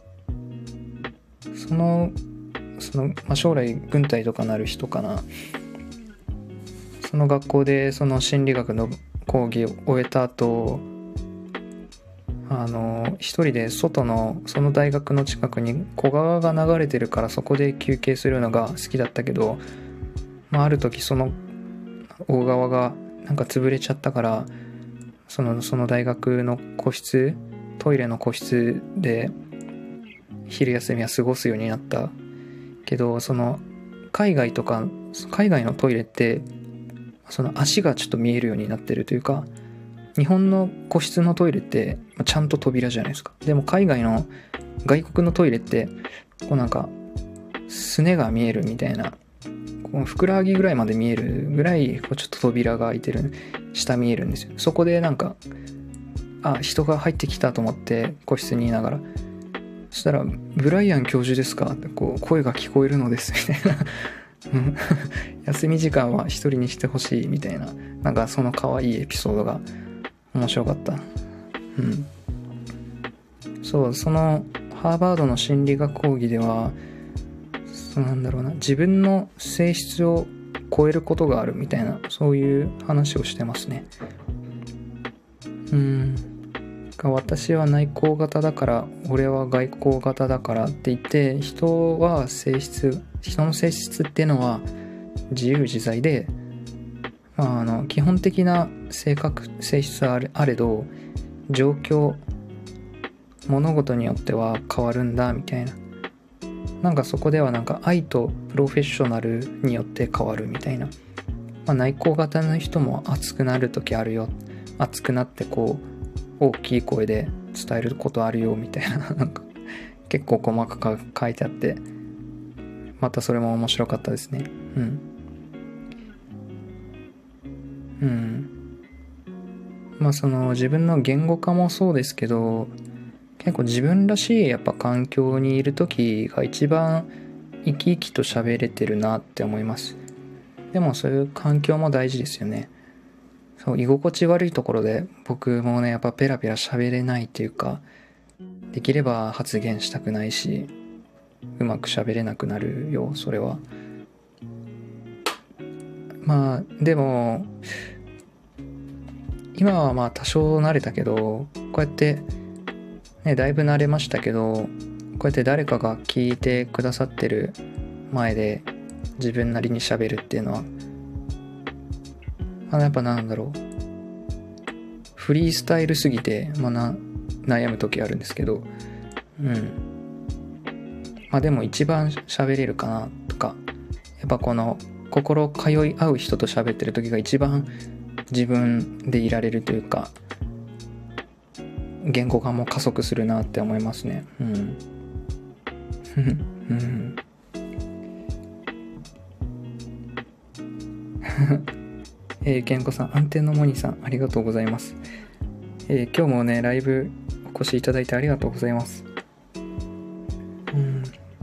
そのその、まあ、将来軍隊とかなる人かな、その学校でその心理学の講義を終えた後、あの一人で外のその大学の近くに小川が流れてるから、そこで休憩するのが好きだったけど、まあ、ある時その大川がなんか潰れちゃったから、そのその大学の個室、トイレの個室で昼休みは過ごすようになったけど、その海外とか海外のトイレってその足がちょっと見えるようになってるというか、日本の個室のトイレってちゃんと扉じゃないですか。でも海外の外国のトイレってこうなんかすねが見えるみたいな、こうふくらはぎぐらいまで見えるぐらいこうちょっと扉が開いてる、下見えるんですよ。そこでなんか、あ、人が入ってきたと思って個室にいながら、そしたらブライアン教授ですかってこう声が聞こえるのですみたいな休み時間は一人にしてほしいみたいな、なんかその可愛いエピソードが面白かった。うん。そう、そのハーバードの心理学講義では、そうなんだろうな、自分の性質を超えることがあるみたいな、そういう話をしてますね。うん。 私は内向型だから俺は外向型だからって言って、人は性質人の性質っていうのは自由自在で、まあ、あの基本的な性格性質はあれ、あれど状況物事によっては変わるんだみたいな、なんかそこではなんか愛とプロフェッショナルによって変わるみたいな、まあ、内向型の人も熱くなる時あるよ、熱くなってこう大きい声で伝えることあるよみたいななんか結構細かく書いてあって、またそれも面白かったですね。うんうんまあその自分の言語化もそうですけど、結構自分らしいやっぱ環境にいる時が一番生き生きと喋れてるなって思います。でもそういう環境も大事ですよね。そう居心地悪いところで僕もねやっぱペラペラ喋れないっていうか、できれば発言したくないしうまく喋れなくなるよ、それは。まあでも今はまあ多少慣れたけど、こうやってねだいぶ慣れましたけど、こうやって誰かが聞いてくださってる前で自分なりに喋るっていうのは、あのやっぱなんだろう、フリースタイルすぎて、まあ、な悩む時あるんですけど、うんまあでも一番喋れるかなとか、やっぱこの心通い合う人と喋ってる時が一番自分でいられるというか、言語化も加速するなって思いますね。うんうんえー、けんこさん、安定のモニさん、ありがとうございます。えー、今日もね、ライブお越しいただいてありがとうございます。うん。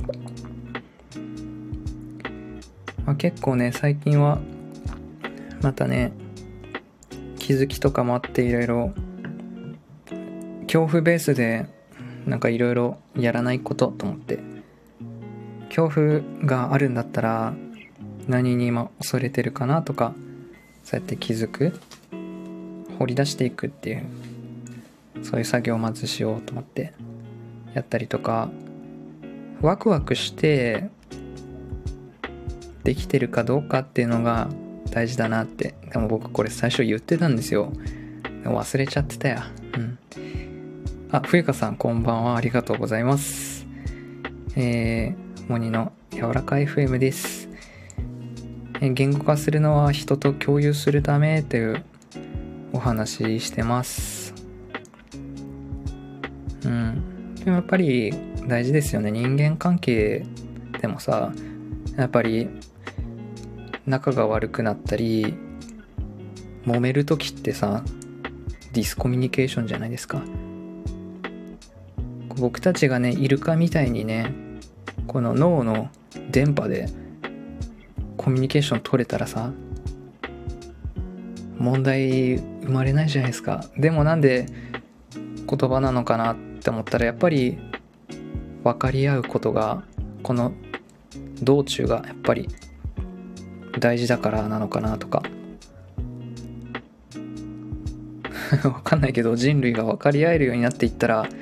まあ、結構ね、最近は、またね、気づきとかもあっていろいろ、恐怖ベースで、なんかいろいろやらないことと思って、恐怖があるんだったら、何に今恐れてるかなとか、そうやって気づく、掘り出していくっていう、そういう作業をまずしようと思ってやったりとか、ワクワクしてできてるかどうかっていうのが大事だなって。でも僕これ最初言ってたんですよ。でも忘れちゃってたや。うん。あ、冬香さんこんばんは、ありがとうございます。えー、モニの柔らかい エフエム です。言語化するのは人と共有するためというお話してます。うん。でもやっぱり大事ですよね。人間関係でもさ、やっぱり仲が悪くなったり揉めるときってさ、ディスコミュニケーションじゃないですか。僕たちがね、イルカみたいにね、この脳の電波でコミュニケーション取れたらさ、問題生まれないじゃないですか。でもなんで言葉なのかなって思ったら、やっぱり分かり合うことが、この道中がやっぱり大事だからなのかなとか分かんないけど、人類が分かり合えるようになっていったら、や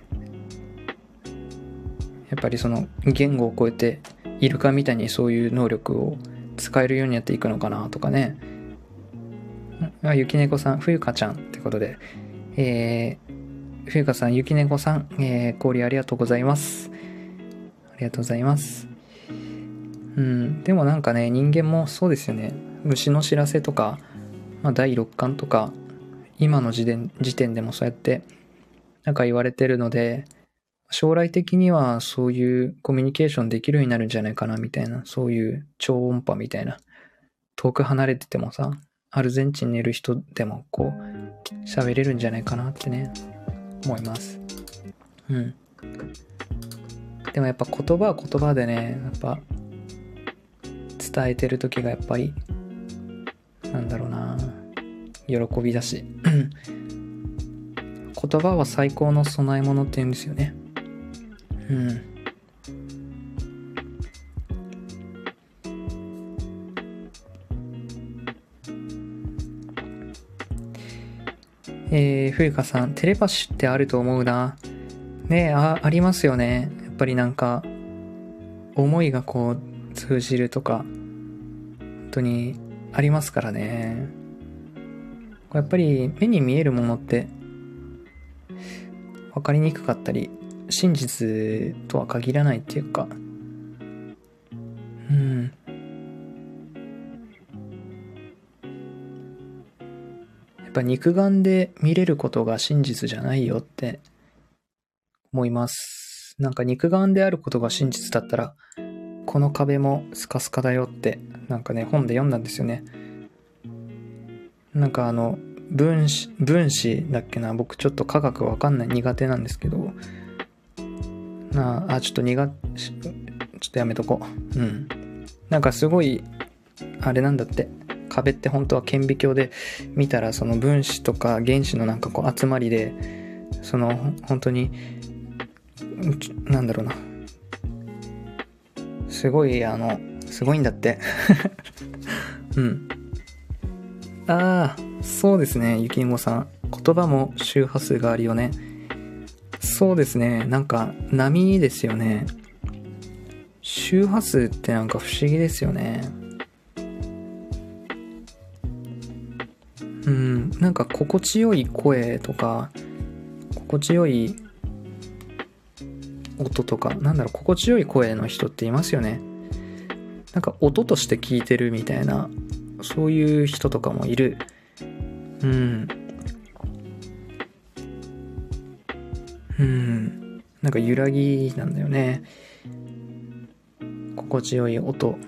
っぱりその言語を超えてイルカみたいにそういう能力を使えるようになっていくのかなとかね。あ、ゆきねこさん、冬香ちゃんってことで、えー、冬香さん、ゆきねこさん、えー、氷ありがとうございます。ありがとうございます。うん、でもなんかね、人間もそうですよね。虫の知らせとか、まあ、だいろっかんとか、今の時点、時点でもそうやってなんか言われてるので、将来的にはそういうコミュニケーションできるようになるんじゃないかなみたいな、そういう超音波みたいな、遠く離れててもさ、アルゼンチンにいる人でもこう喋れるんじゃないかなってね、思います。うん。でもやっぱ言葉は言葉でね、やっぱ伝えてる時がやっぱりなんだろうな、喜びだし言葉は最高の供え物って言うんですよね。うん。 えー、冬香さん、テレパシーってあると思うな。ねえ、あ、ありますよね。やっぱりなんか、思いがこう、通じるとか、本当にありますからね。やっぱり目に見えるものって、分かりにくかったり、真実とは限らないっていうか、うん。やっぱ肉眼で見れることが真実じゃないよって思います。なんか肉眼であることが真実だったら、この壁もスカスカだよってなんかね本で読んだんですよね。なんかあの分子分子だっけな、僕ちょっと科学わかんない苦手なんですけど、なあ、あちょっと苦ちょっとやめとこう。うん。なんかすごいあれなんだって。壁って本当は顕微鏡で見たらその分子とか原子のなんかこう集まりで、その本当になんだろうな、すごいあのすごいんだってうん。ああ、そうですね、ゆきんごさん、言葉も周波数があるよね。そうですね、なんか波ですよね。周波数ってなんか不思議ですよね。うん、なんか心地よい声とか心地よい音とか、なんだろう、心地よい声の人っていますよね。なんか音として聞いてるみたいな、そういう人とかもいる。うんうんなんか揺らぎなんだよね、心地よい音。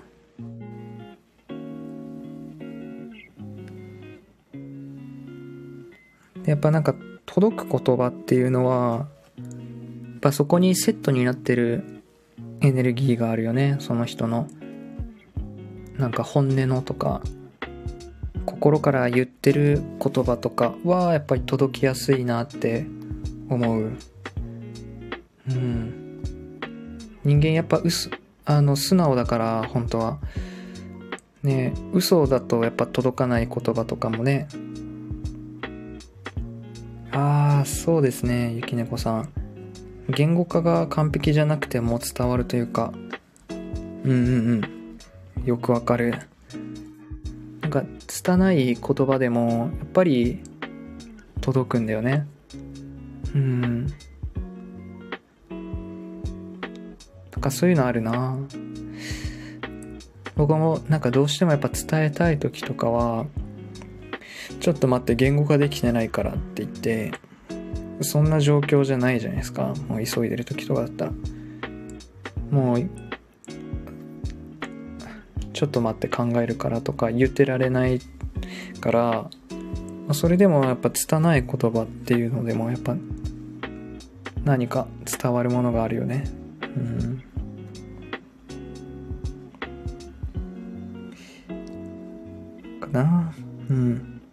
でやっぱなんか届く言葉っていうのはやっぱそこにセットになってるエネルギーがあるよね。その人のなんか本音のとか心から言ってる言葉とかはやっぱり届きやすいなって思う。うん。人間やっぱ嘘あの素直だから本当はね、嘘だとやっぱ届かない言葉とかもね。ああ、そうですね、ゆきねこさん。言語化が完璧じゃなくても伝わるというか、うんうんうん、よくわかる。なんか拙い言葉でもやっぱり届くんだよね。うんなんかそういうのあるな。僕もなんかどうしてもやっぱ伝えたい時とかは、ちょっと待って言語化できてないからって言って、そんな状況じゃないじゃないですか。もう急いでる時とかだったらもうちょっと待って考えるからとか言ってられないから、それでもやっぱ拙い言葉っていうのでもやっぱ何か伝わるものがあるよね。うんかな。うん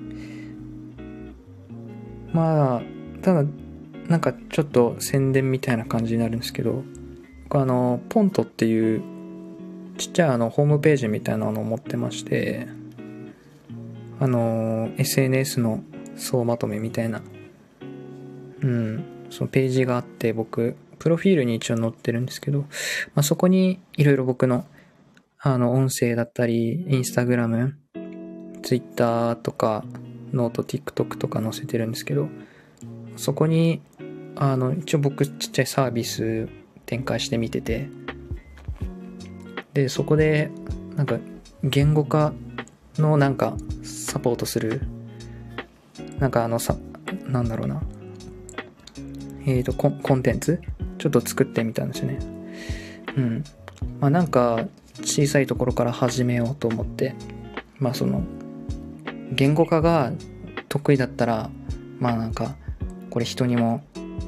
まあただなんかちょっと宣伝みたいな感じになるんですけど、僕あのポントっていうちっちゃいあのホームページみたいなのを持ってまして、あの エスエヌエス の総まとめみたいな、うんそのページがあって、僕プロフィールに一応載ってるんですけど、まあ、そこにいろいろ僕のあの音声だったりインスタグラム、ツイッターとかノート、TikTok とか載せてるんですけど、そこにあの一応僕ちっちゃいサービス展開してみてて、でそこでなんか言語化のなんかサポートするなんかあのさなんだろうなえーとコン、コンテンツちょっと作ってみたんですよね。うんまあなんか小さいところから始めようと思って、まあその言語化が得意だったらまあなんかこれ人にも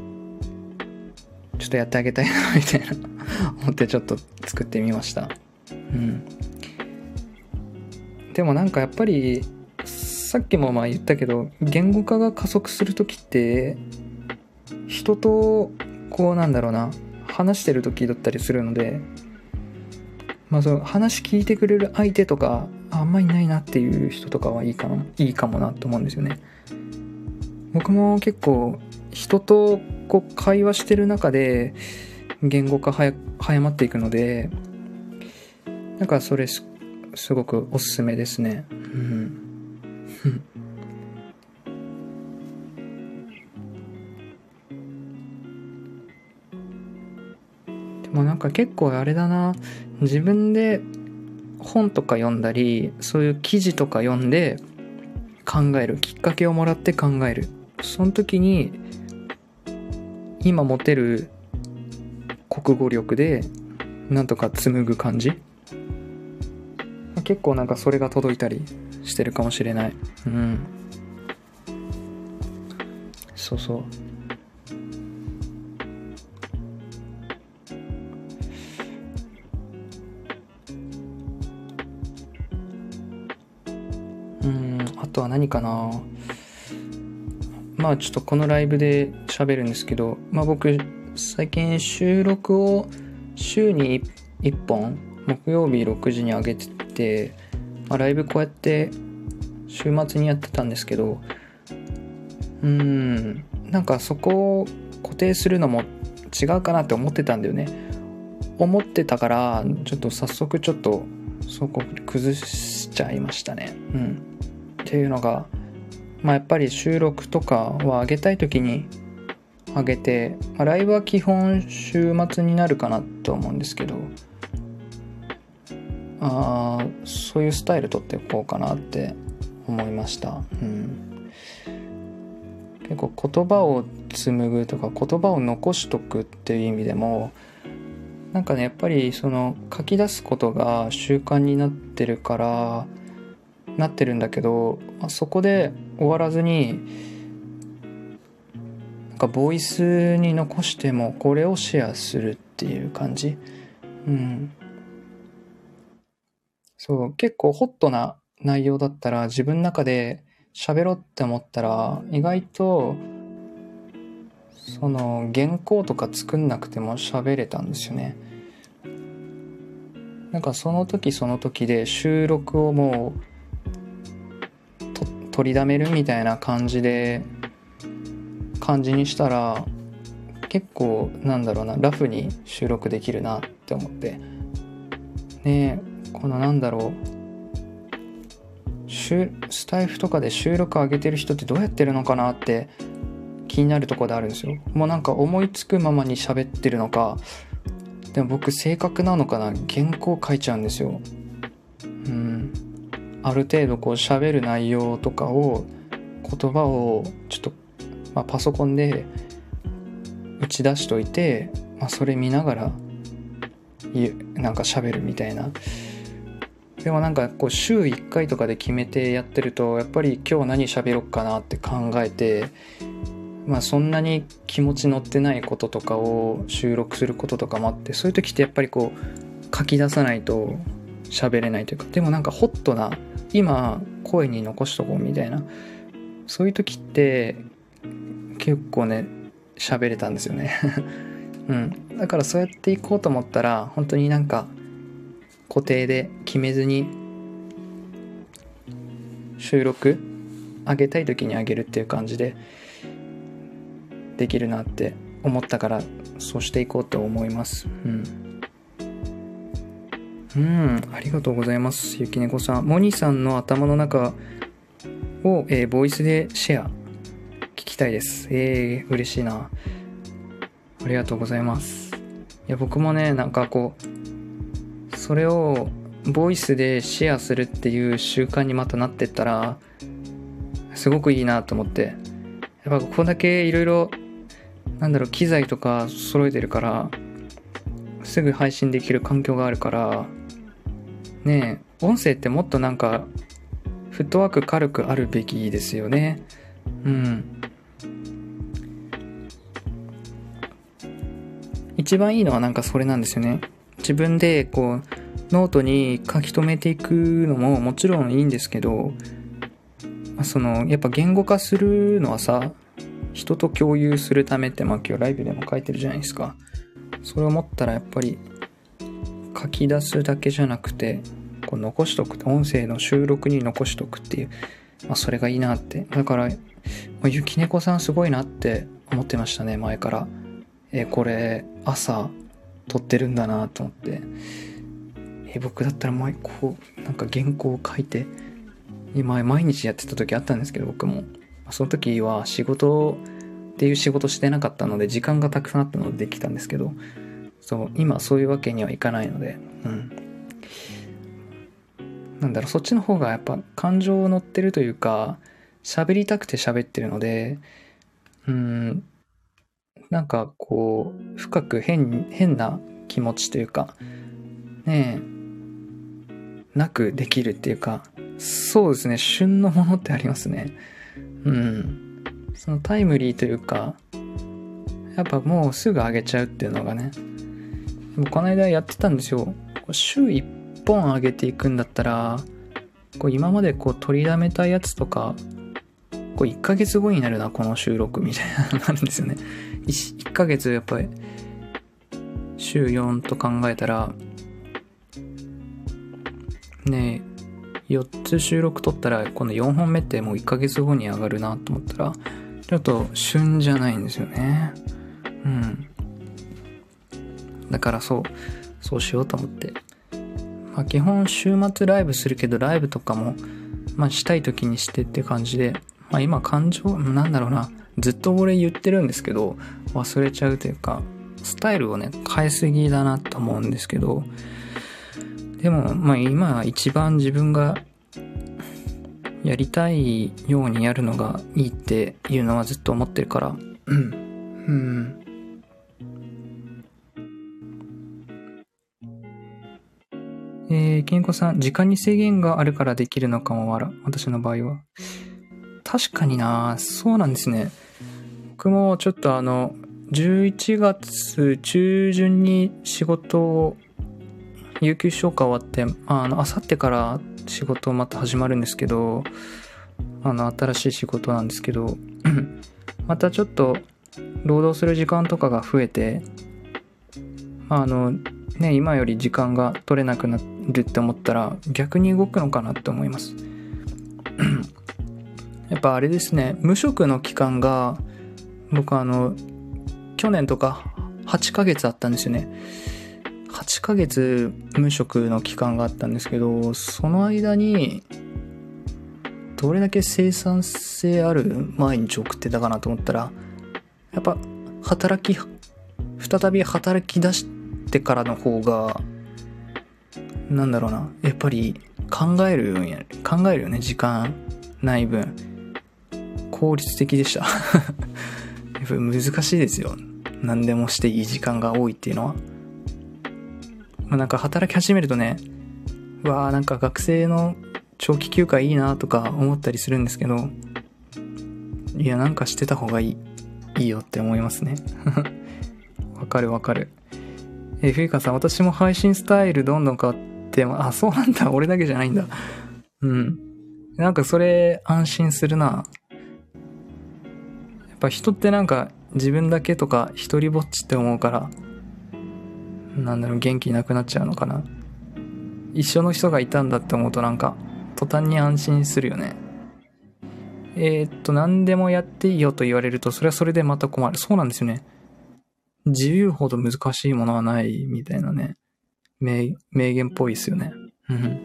ちょっとやってあげたいなみたいな思ってちょっと作ってみました。うんでもなんかやっぱりさっきもまあ言ったけど、言語化が加速するときって人とこうなんだろうな話してる時だったりするので、まあその話聞いてくれる相手とかあんまりいないなっていう人とかはいいかな、いいかもなと思うんですよね。 僕も結構人とこう会話してる中で言語化はや早まっていくので、なんかそれ す, すごくおすすめですね。うんでもなんか結構あれだな、自分で本とか読んだりそういう記事とか読んで考える、きっかけをもらって考える、その時に今持てる国語力でなんとか紡ぐ感じ、結構なんかそれが届いたりしてるかもしれない。うん、そうそう。うん、あとは何かな。まあちょっとこのライブで喋るんですけど、まあ僕最近収録を週にいっぽん木曜日ろくじに上げてて、まあ、ライブこうやって週末にやってたんですけど、うーんなんかそこを固定するのも違うかなって思ってたんだよね。思ってたからちょっと早速ちょっとそこ崩しちゃいましたね。うんっていうのが、まあやっぱり収録とかは上げたい時に上げて、まあ、ライブは基本週末になるかなと思うんですけど、あそういうスタイル取っていこうかなって思いました。うん、結構言葉を紡ぐとか言葉を残しとくっていう意味でもなんかね、やっぱりその書き出すことが習慣になってるからなってるんだけど、まあ、そこで終わらずになんかボイスに残してもこれをシェアするっていう感じ。うんそう、結構ホットな内容だったら自分の中で喋ろうって思ったら意外とその原稿とか作んなくても喋れたんですよね。なんかその時その時で収録をもうと取りだめるみたいな感じで感じにしたら結構なんだろうな、ラフに収録できるなって思ってね。このなんだろう、スタイフとかで収録上げてる人ってどうやってるのかなって気になるところであるんですよ。もうなんか思いつくままに喋ってるのか、でも僕性格なのかな、原稿書いちゃうんですよ。うんある程度こう喋る内容とかを言葉をちょっと、まあ、パソコンで打ち出しといて、まあ、それ見ながらなんか喋るみたいな。でもなんかこう週いっかいとかで決めてやってるとやっぱり今日何喋ろっかなって考えて、まあそんなに気持ち乗ってないこととかを収録することとかもあって、そういう時ってやっぱりこう書き出さないと喋れないというか、でもなんかホットな今声に残しとこうみたいな、そういう時って結構ね喋れたんですよねうんだからそうやっていこうと思ったら本当になんか固定で決めずに収録上げたい時に上げるっていう感じでできるなって思ったから、そうしていこうと思います。うんうんありがとうございます。ゆきねこさん、モニさんの頭の中を、えー、ボイスでシェア聞きたいです。えー、嬉しいな。ありがとうございます。いや僕もねなんかこうそれをボイスでシェアするっていう習慣にまたなってったらすごくいいなと思って、やっぱここだけいろいろなんだろう機材とか揃えてるからすぐ配信できる環境があるからねえ、音声ってもっとなんかフットワーク軽くあるべきですよね。うん一番いいのはなんかそれなんですよね。自分でこうノートに書き留めていくのももちろんいいんですけど、そのやっぱ言語化するのはさ、人と共有するためって、まあ今日ライブでも書いてるじゃないですか。それを思ったらやっぱり書き出すだけじゃなくてこう残しとく、音声の収録に残しとくっていう、まあそれがいいなって。だからゆきねこさんすごいなって思ってましたね、前から。えこれ朝撮ってるんだなと思って、え僕だったら毎こうなんか原稿を書いて今毎日やってた時あったんですけど、僕もその時は仕事っていう仕事してなかったので時間がたくさんあったのでできたんですけど、そう今そういうわけにはいかないので、うんなんだろう、そっちの方がやっぱ感情乗ってるというか、喋りたくて喋ってるので、うんなんかこう深く変変な気持ちというかねえなくできるっていうか、そうですね、旬のものってありますね。うんそのタイムリーというか、やっぱもうすぐ上げちゃうっていうのがね。でもこの間やってたんですよ。週いっぽん上げていくんだったら、こう今までこう取りだめたやつとか、こういっかげつごになるなこの収録みたいなのあるんですよね。いっかげつやっぱり週よんと考えたらねえよっつ収録撮ったら今度よんほんめってもういっかげつごに上がるなと思ったらちょっと旬じゃないんですよね。うんだからそうそうしようと思って、まあ基本週末ライブするけど、ライブとかもまあしたい時にしてって感じで、まあ今感情なんだろうな、ずっと俺言ってるんですけど忘れちゃうというか、スタイルをね変えすぎだなと思うんですけど、でもまあ今一番自分がやりたいようにやるのがいいっていうのはずっと思ってるからうんうんえー、健康さん、時間に制限があるからできるのかもわら。私の場合は。確かにな、そうなんですね。僕もちょっとあの、じゅういちがつ中旬に仕事を、有給消化終わって、あの、あさってから仕事また始まるんですけど、あの、新しい仕事なんですけど、またちょっと、労働する時間とかが増えて、あの、ね、今より時間が取れなくなるって思ったら逆に動くのかなって思いますやっぱあれですね、無職の期間が僕あの去年とかはちかげつあったんですよね。はちかげつ無職の期間があったんですけど、その間にどれだけ生産性ある毎日送ってたかなと思ったら、やっぱ働き再び働き出してからの方がなんだろうな、やっぱり考えるように考えるよね、時間ない分効率的でしたやっぱり難しいですよ、何でもしていい時間が多いっていうのは。まあ、なんか働き始めるとね、うわーなんか学生の長期休暇いいなとか思ったりするんですけど、いやなんかしてた方がいいいいよって思いますねわかるわかる。えー、ふゆかさん、私も配信スタイルどんどん変わってあ、そうなんだ、俺だけじゃないんだ。うんなんかそれ安心するな。やっぱ人ってなんか自分だけとか一人ぼっちって思うから、なんだろう、元気なくなっちゃうのかな。一緒の人がいたんだって思うとなんか途端に安心するよね。えー、っと何でもやっていいよと言われるとそれはそれでまた困る。そうなんですよね。自由ほど難しいものはないみたいなね、名, 名言っぽいですよね。うん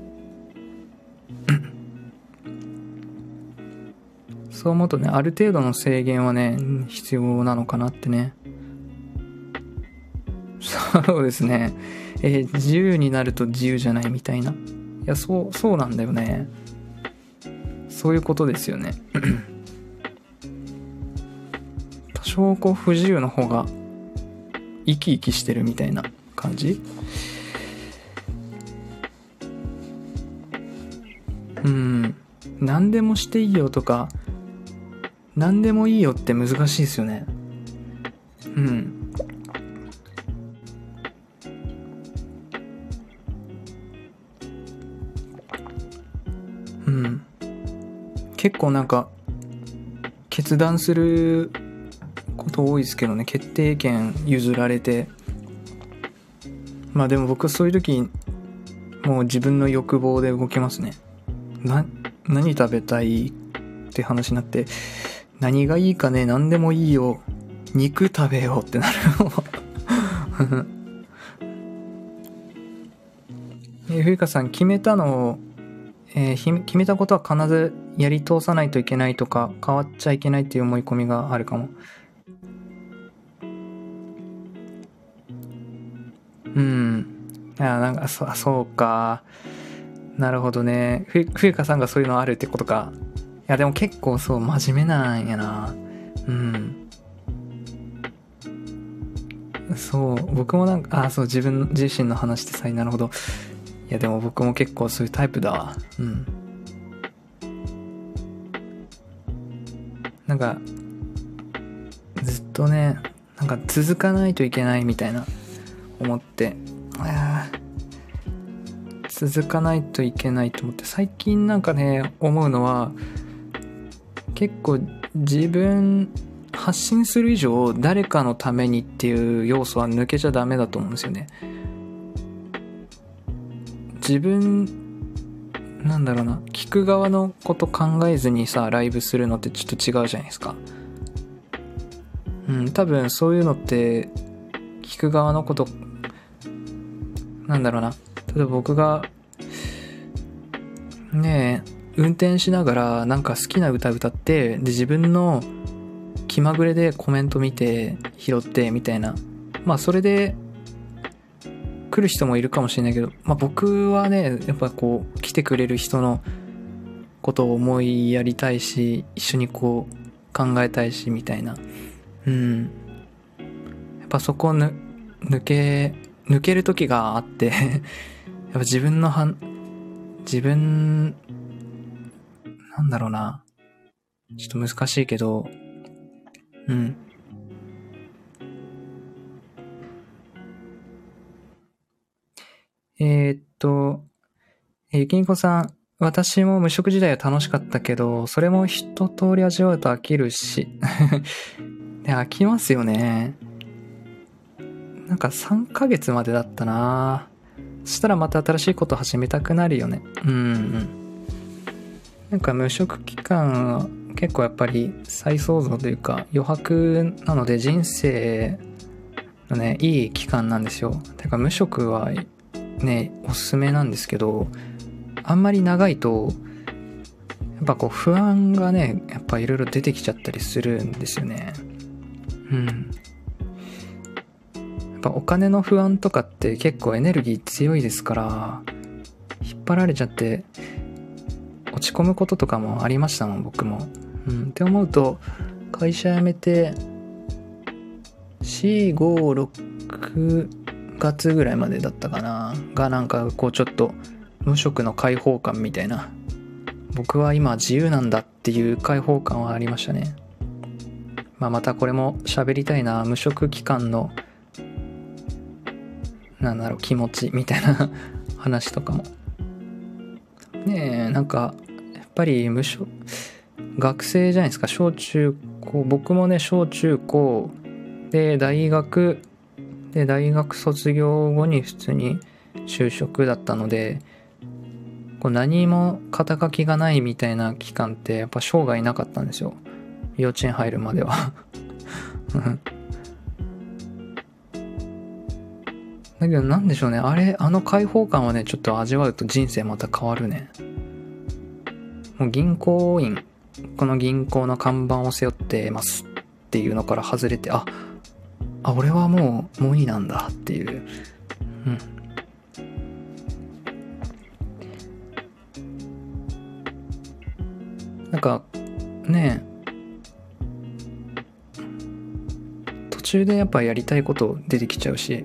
そう思うとね、ある程度の制限はね必要なのかなってね。そうですね、えー、自由になると自由じゃないみたいな。いやそうそうなんだよね。そういうことですよね多少こう不自由の方が生き生きしてるみたいな感じ。うん何でもしていいよとか何でもいいよって難しいですよね。うんうん結構なんか決断すること多いですけどね、決定権譲られて。まあでも僕はそういう時もう自分の欲望で動きますね。な何食べたいって話になって、何がいいかね、何でもいいよ、肉食べようってなるえー、冬香さん、決めたのを、えー、決めたことは必ずやり通さないといけないとか、変わっちゃいけないっていう思い込みがあるかも。うん。いや、なんか、そ、そうか。なるほどね。ふ、冬香さんがそういうのあるってことか。いや、でも結構そう、真面目なんやな。うん。そう、僕もなんか、あ、そう、自分自身の話ってさ、なるほど。いや、でも僕も結構そういうタイプだわ。うん。なんか、ずっとね、なんか続かないといけないみたいな、思って、あ続かないといけないと思って、最近なんかね、思うのは、結構自分、発信する以上誰かのためにっていう要素は抜けちゃダメだと思うんですよね。自分なんだろうな、聞く側のこと考えずにさライブするのってちょっと違うじゃないですか。うん多分そういうのって聞く側のことなんだろうな、例えば僕がねえ運転しながらなんか好きな歌歌ってで自分の気まぐれでコメント見て拾ってみたいな、まあそれで来る人もいるかもしれないけど、まあ僕はねやっぱこう来てくれる人のことを思いやりたいし一緒にこう考えたいしみたいな、うんやっぱそこをぬ抜け抜ける時があってやっぱ自分のはん自分なんだろうな、ちょっと難しいけど、うんえー、っとえゆきんこさん、私も無職時代は楽しかったけど、それも一通り味わうと飽きるし。で、飽きますよね。なんかさんかげつまでだったな。そしたらまた新しいこと始めたくなるよね。うんうん。なんか無職期間は結構やっぱり再創造というか余白なので人生のね、いい期間なんですよ。てか無職はね、おすすめなんですけど、あんまり長いとやっぱこう不安がねやっぱいろいろ出てきちゃったりするんですよね。うんやっぱお金の不安とかって結構エネルギー強いですから引っ張られちゃって落ち込むこととかもありましたもん僕も。うんって思うと会社辞めてよん、ご、ろくがつぐらいまでだったかながなんかこうちょっと無職の解放感みたいな、僕は今自由なんだっていう解放感はありましたね。まあまたこれも喋りたいな、無職期間のなんだろう気持ちみたいな話とかもねえ、なんかやっぱり無職学生じゃないですか、小中高、僕もね小中高で大学で大学卒業後に普通に就職だったので、こう何も肩書きがないみたいな期間ってやっぱ生涯なかったんですよ、幼稚園入るまではだけどなんでしょうね、あれあの解放感はねちょっと味わうと人生また変わるね。もう銀行員、この銀行の看板を背負ってますっていうのから外れて、ああ俺はもうもういいなんだっていう、うんなんかね途中でやっぱやりたいこと出てきちゃうし、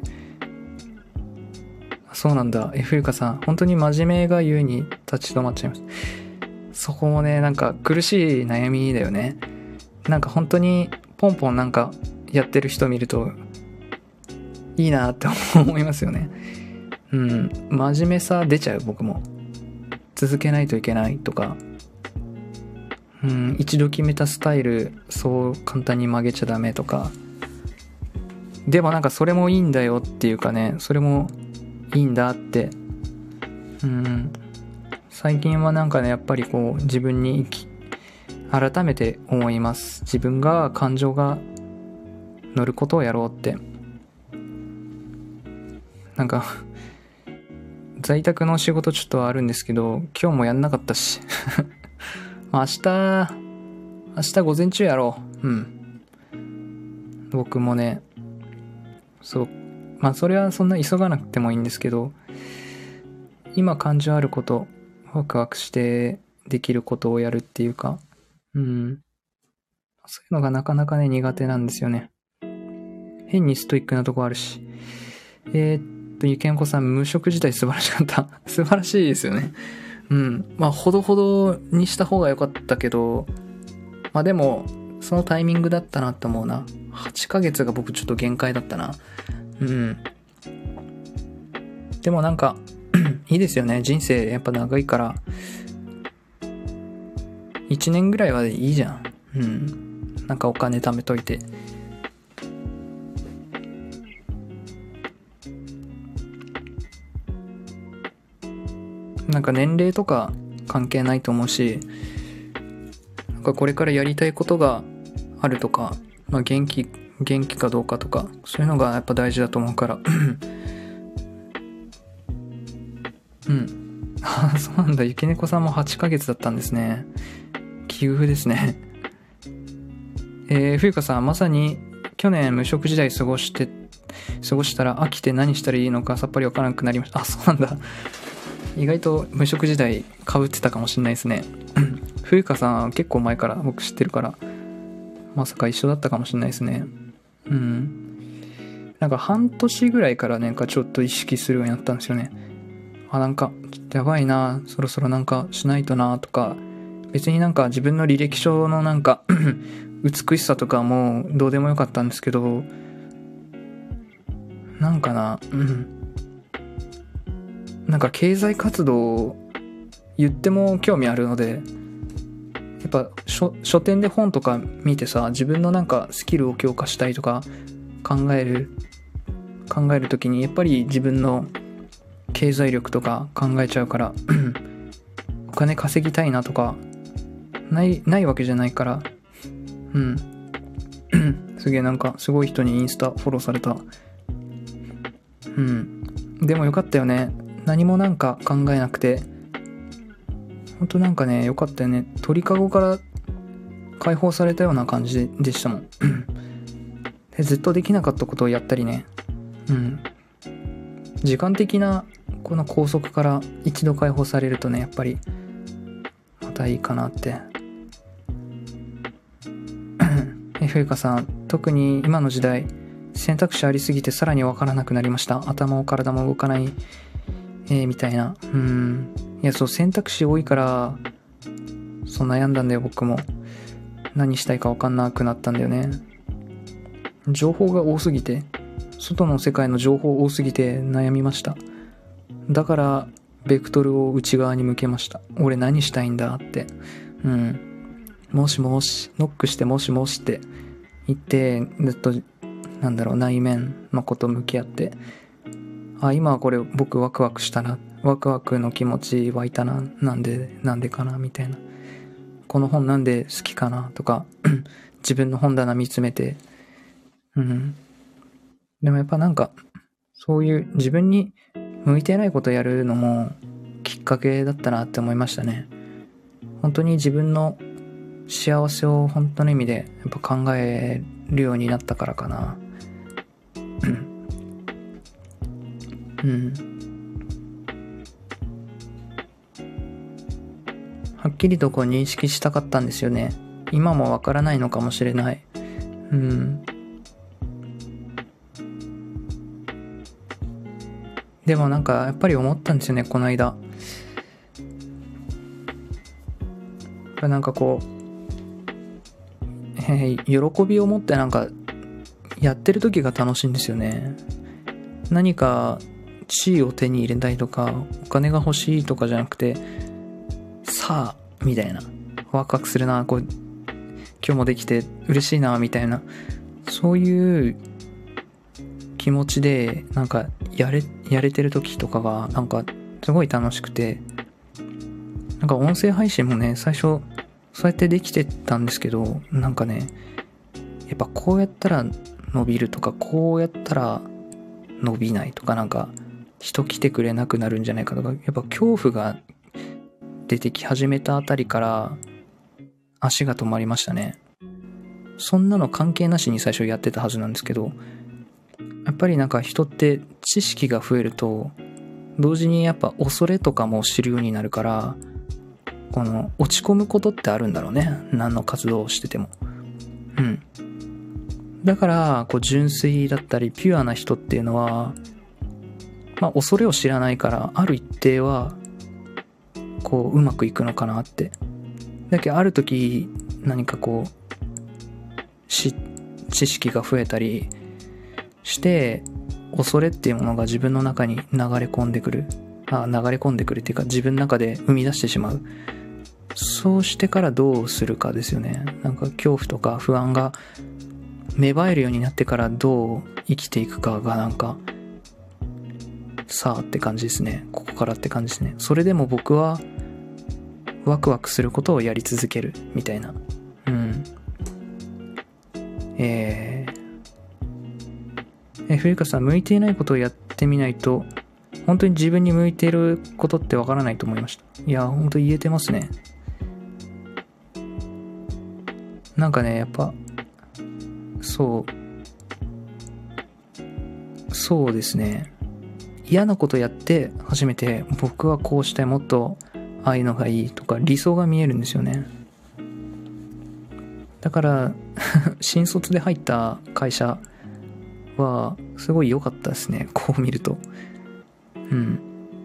そうなんだ、えふゆかさん本当に真面目がゆえに立ち止まっちゃいます。そこもねなんか苦しい悩みだよね。なんか本当にポンポンなんかやってる人見るといいなって思いますよね。うん真面目さ出ちゃう。僕も続けないといけないとか、うん一度決めたスタイルそう簡単に曲げちゃダメとか、でもなんかそれもいいんだよっていうかね、それもいいんだって、うん最近はなんかねやっぱりこう自分に生き改めて思います。自分が感情が乗ることをやろうって。なんか在宅の仕事ちょっとあるんですけど、今日もやんなかったし明日明日午前中やろう。うん。僕もね、そう、まあそれはそんな急がなくてもいいんですけど、今感情あること、ワクワクしてできることをやるっていうか、うん。そういうのがなかなかね、苦手なんですよね。変にストイックなとこあるし。えー、っと、ゆけんこさん、無職時代素晴らしかった。素晴らしいですよね。うん。まあ、ほどほどにした方が良かったけど、まあでも、そのタイミングだったなって思うな。はちかげつが僕ちょっと限界だったな。うん。でもなんか、いいですよね。人生やっぱ長いから、いちねんぐらいはいいじゃん。うん。なんかお金貯めといて。なんか年齢とか関係ないと思うし、なんかこれからやりたいことがあるとか、まあ元気、元気かどうかとか、そういうのがやっぱ大事だと思うから。うん。ああ、そうなんだ。ゆきねこさんもはちかげつだったんですね。奇遇ですね。えー、冬香さん、まさに去年無職時代過ごして、過ごしたら飽きて何したらいいのかさっぱりわからなくなりました。あ、そうなんだ。意外と無職時代被ってたかもしれないですね。冬香さん結構前から僕知ってるから、まさか一緒だったかもしれないですね。うん。なんか半年ぐらいからなんかちょっと意識するようになったんですよね。あ、なんかちょっとやばいな、そろそろなんかしないとなとか、別になんか自分の履歴書のなんか美しさとかもどうでもよかったんですけど、なんかな、うん。なんか経済活動言っても興味あるので、やっぱ 書, 書店で本とか見てさ、自分のなんかスキルを強化したいとか考える考えるときにやっぱり自分の経済力とか考えちゃうからお金稼ぎたいなとかないないわけじゃないから、うんすげえなんかすごい人にインスタフォローされた。うんでもよかったよね。何もなんか考えなくて、ほんとなんかね、よかったよね。鳥かごから解放されたような感じでしたもん。でずっとできなかったことをやったりね。うん。時間的なこの拘束から一度解放されるとね、やっぱりまたいいかなって。え、ふゆかさん、特に今の時代、選択肢ありすぎてさらにわからなくなりました。頭も体も動かない。えー、みたいな。うーん。いや、そう、選択肢多いから、そう悩んだんだよ、僕も。何したいか分かんなくなったんだよね。情報が多すぎて、外の世界の情報多すぎて悩みました。だから、ベクトルを内側に向けました。俺何したいんだって。うん。もしもし、ノックしてもしもしって言って、ずっと、なんだろう、内面のこと向き合って、あ、今はこれ僕ワクワクしたな、ワクワクの気持ち湧いたな、なんでなんでかなみたいな、この本なんで好きかなとか自分の本棚見つめて、うんでもやっぱなんかそういう自分に向いてないことやるのもきっかけだったなって思いましたね。本当に自分の幸せを本当の意味でやっぱ考えるようになったからかな。うん、はっきりとこう認識したかったんですよね。今もわからないのかもしれない。うん。でもなんかやっぱり思ったんですよね、この間。なんかこう、えー、喜びを持ってなんかやってる時が楽しいんですよね。何か地位を手に入れたいとかお金が欲しいとかじゃなくて、さあみたいな、ワクワクするな、こう今日もできて嬉しいなみたいな、そういう気持ちでなんかやれやれてる時とかがなんかすごい楽しくて、なんか音声配信もね、最初そうやってできてたんですけど、なんかね、やっぱこうやったら伸びるとか、こうやったら伸びないとか、なんか人来てくれなくなるんじゃないかとか、やっぱ恐怖が出てき始めたあたりから足が止まりましたね。そんなの関係なしに最初やってたはずなんですけど、やっぱりなんか人って知識が増えると同時にやっぱ恐れとかも知るようになるから、この落ち込むことってあるんだろうね、何の活動をしてても。うんだからこう純粋だったりピュアな人っていうのは、まあ恐れを知らないから、ある一定はこううまくいくのかなって。だけどある時何かこう知識が増えたりして恐れっていうものが自分の中に流れ込んでくるあ流れ込んでくるっていうか自分の中で生み出してしまう。そうしてからどうするかですよね。なんか恐怖とか不安が芽生えるようになってからどう生きていくかがなんかさあって感じですね。ここからって感じですね。それでも僕はワクワクすることをやり続けるみたいな。うんえー、え冬香さん、向いていないことをやってみないと本当に自分に向いていることってわからないと思いました。いや本当言えてますね。なんかねやっぱそうそうですね、嫌なことやって初めて僕はこうしたい、もっとああいうのがいいとか理想が見えるんですよね。だから新卒で入った会社はすごい良かったですね、こう見ると。うん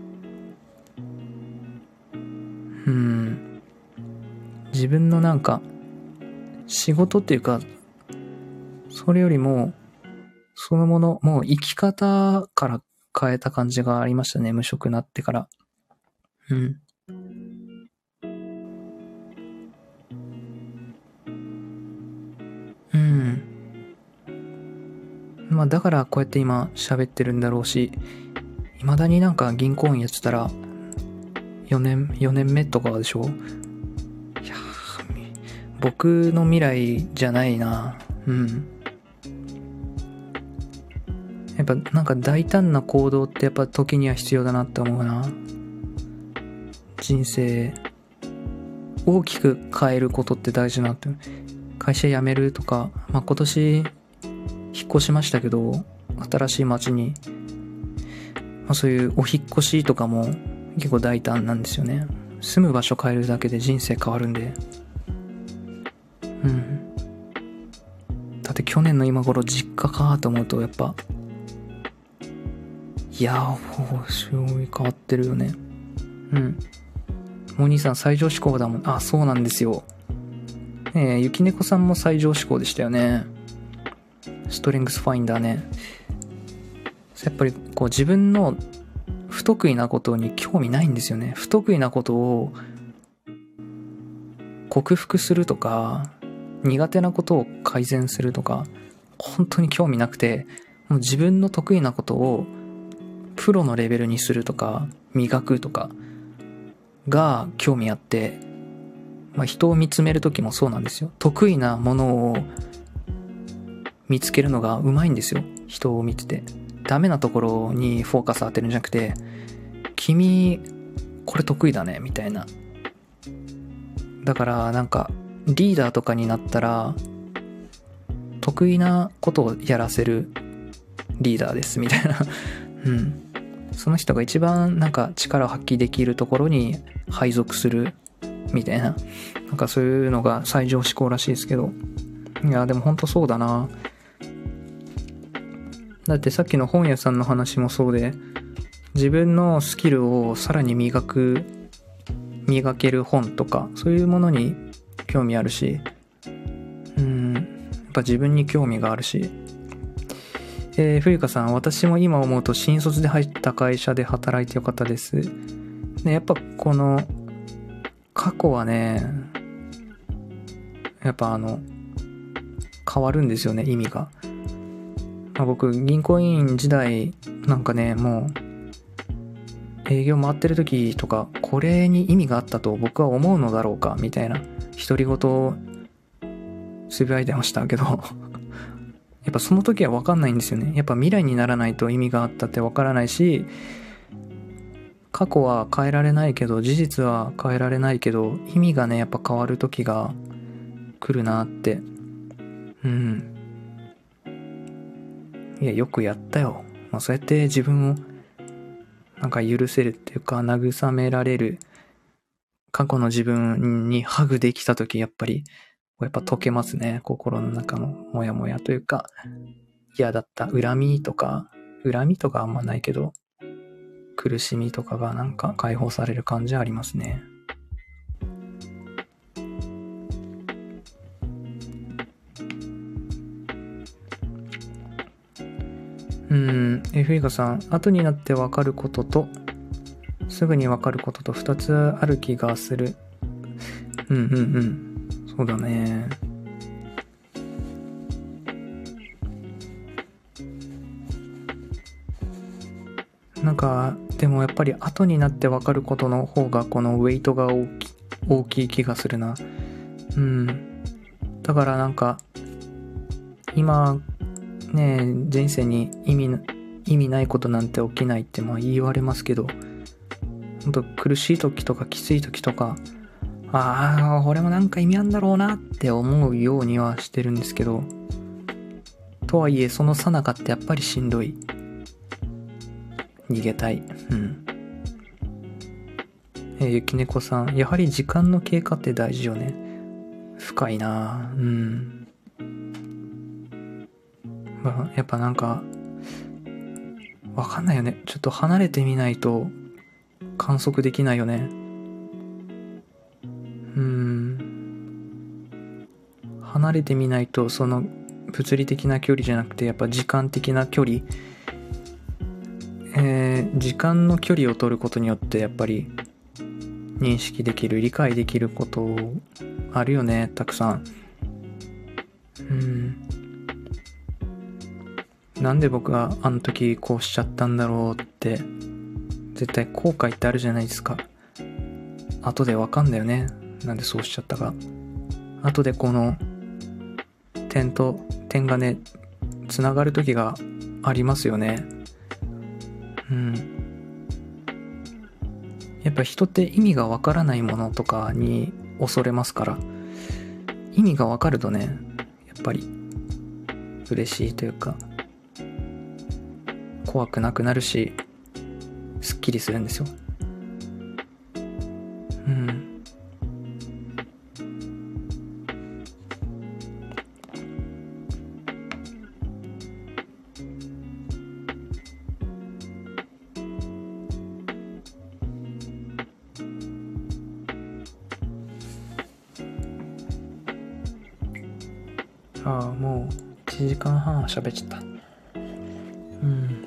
うん自分のなんか仕事っていうかそれよりもそのものもう生き方から変えた感じがありましたね、無職になってから。うんうんまあだからこうやって今喋ってるんだろうし、未だになんか銀行員やってたらよねんよねんめとかでしょ。いや僕の未来じゃないな。うんやっぱなんか大胆な行動ってやっぱ時には必要だなって思うな。人生大きく変えることって大事なって。会社辞めるとか、まあ、今年引っ越しましたけど新しい町に、まあ、そういうお引っ越しとかも結構大胆なんですよね。住む場所変えるだけで人生変わるんで。うんだって去年の今頃実家かと思うとやっぱいやーすごい変わってるよね。うんもう兄さん最上志向だもん。あそうなんですよ。ねえゆきねこさんも最上志向でしたよね。ストレングスファインダーね。やっぱりこう自分の不得意なことに興味ないんですよね。不得意なことを克服するとか苦手なことを改善するとか本当に興味なくて、もう自分の得意なことをプロのレベルにするとか磨くとかが興味あって、まあ、人を見つめる時もそうなんですよ。得意なものを見つけるのがうまいんですよ。人を見ててダメなところにフォーカス当てるんじゃなくて、君これ得意だねみたいな。だからなんかリーダーとかになったら得意なことをやらせるリーダーですみたいなうんその人が一番なんか力を発揮できるところに配属するみたいな、なんかそういうのが最上志向らしいですけど、いやでも本当そうだな。だってさっきの本屋さんの話もそうで、自分のスキルをさらに磨く磨ける本とかそういうものに興味あるし、うんやっぱ自分に興味があるし、えー、冬香さん、私も今思うと新卒で入った会社で働いてよかったです、ね、やっぱこの過去はねやっぱあの変わるんですよね、意味が。まあ、僕銀行員時代なんかねもう営業回ってる時とか、これに意味があったと僕は思うのだろうかみたいな独り言をつぶやいてましたけどやっぱその時は分かんないんですよね。やっぱ未来にならないと意味があったって分からないし、過去は変えられないけど、事実は変えられないけど、意味がねやっぱ変わる時が来るなって。うんいやよくやったよ、まあ、そうやって自分をなんか許せるっていうか慰められる過去の自分にハグできた時、やっぱりやっぱ解けますね。心の中のモヤモヤというか、嫌だった恨みとか、恨みとかあんまないけど苦しみとかがなんか解放される感じありますね。うーん、エフイガさん、後になって分かることとすぐに分かることとふたつある気がする。うんうんうん、そうだね。なんかでもやっぱり後になって分かることの方がこのウェイトが大きい、大きい気がするな。うん。だからなんか今ね人生に意味意味ないことなんて起きないってまあ言われますけど、本当苦しい時とかきつい時とか、ああこれもなんか意味あんだろうなって思うようにはしてるんですけど、とはいえその最中ってやっぱりしんどい。逃げたい。うん。えー、ゆきねこさん、やはり時間の経過って大事よね。深いな。うん。まあ、やっぱなんかわかんないよね。ちょっと離れてみないと観測できないよね。うん。離れてみないと、その物理的な距離じゃなくてやっぱ時間的な距離、えー、時間の距離を取ることによってやっぱり認識できる、理解できることあるよね、たくさん。うんなんで僕があの時こうしちゃったんだろうって絶対後悔ってあるじゃないですか。後でわかんだよね、なんでそうしちゃったか。後でこの点と点がねつながる時がありますよね。うんやっぱ人って意味がわからないものとかに恐れますから、意味がわかるとねやっぱり嬉しいというか怖くなくなるしすっきりするんですよ。うんああもういちじかんはん喋っちゃった。うん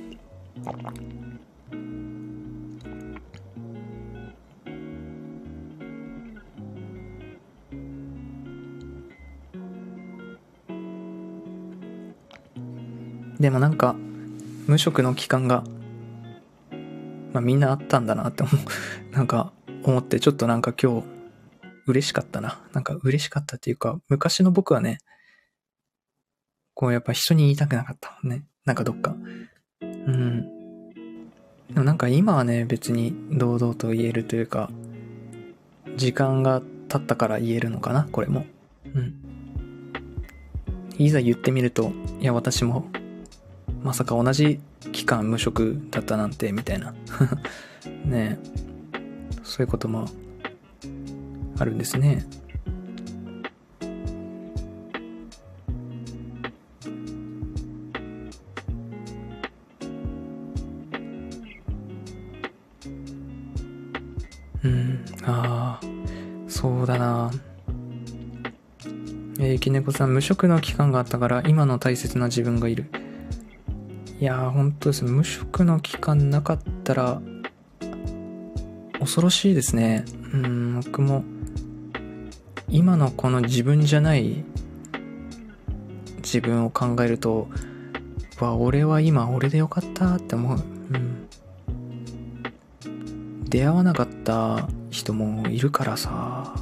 でもなんか無職の期間が、まあ、みんなあったんだなって思うなんか思ってちょっとなんか今日嬉しかったな。なんか嬉しかったっていうか、昔の僕はねこうやっぱ人に言いたくなかったもんね、なんかどっか。うんでもなんか今はね別に堂々と言えるというか、時間が経ったから言えるのかなこれも。うんいざ言ってみると、いや私もまさか同じ期間無職だったなんてみたいなねえそういうこともあるんですね。うんああそうだな。えー、ゆきねこさん、無職の期間があったから今の大切な自分がいる。いやー本当ですね。無職の期間なかったら恐ろしいですね。うん僕も今のこの自分じゃない自分を考えると、わ俺は今俺でよかったって思う。うん出会わなかった人もいるからさ、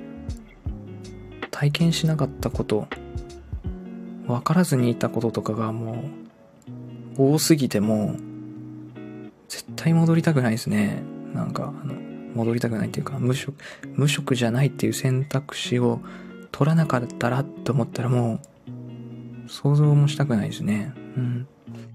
体験しなかったこと、分からずにいたこととかがもう多すぎて、もう絶対戻りたくないですね。なんかあの戻りたくないっていうか、無職無職じゃないっていう選択肢を取らなかったらと思ったら、もう想像もしたくないですね。うん。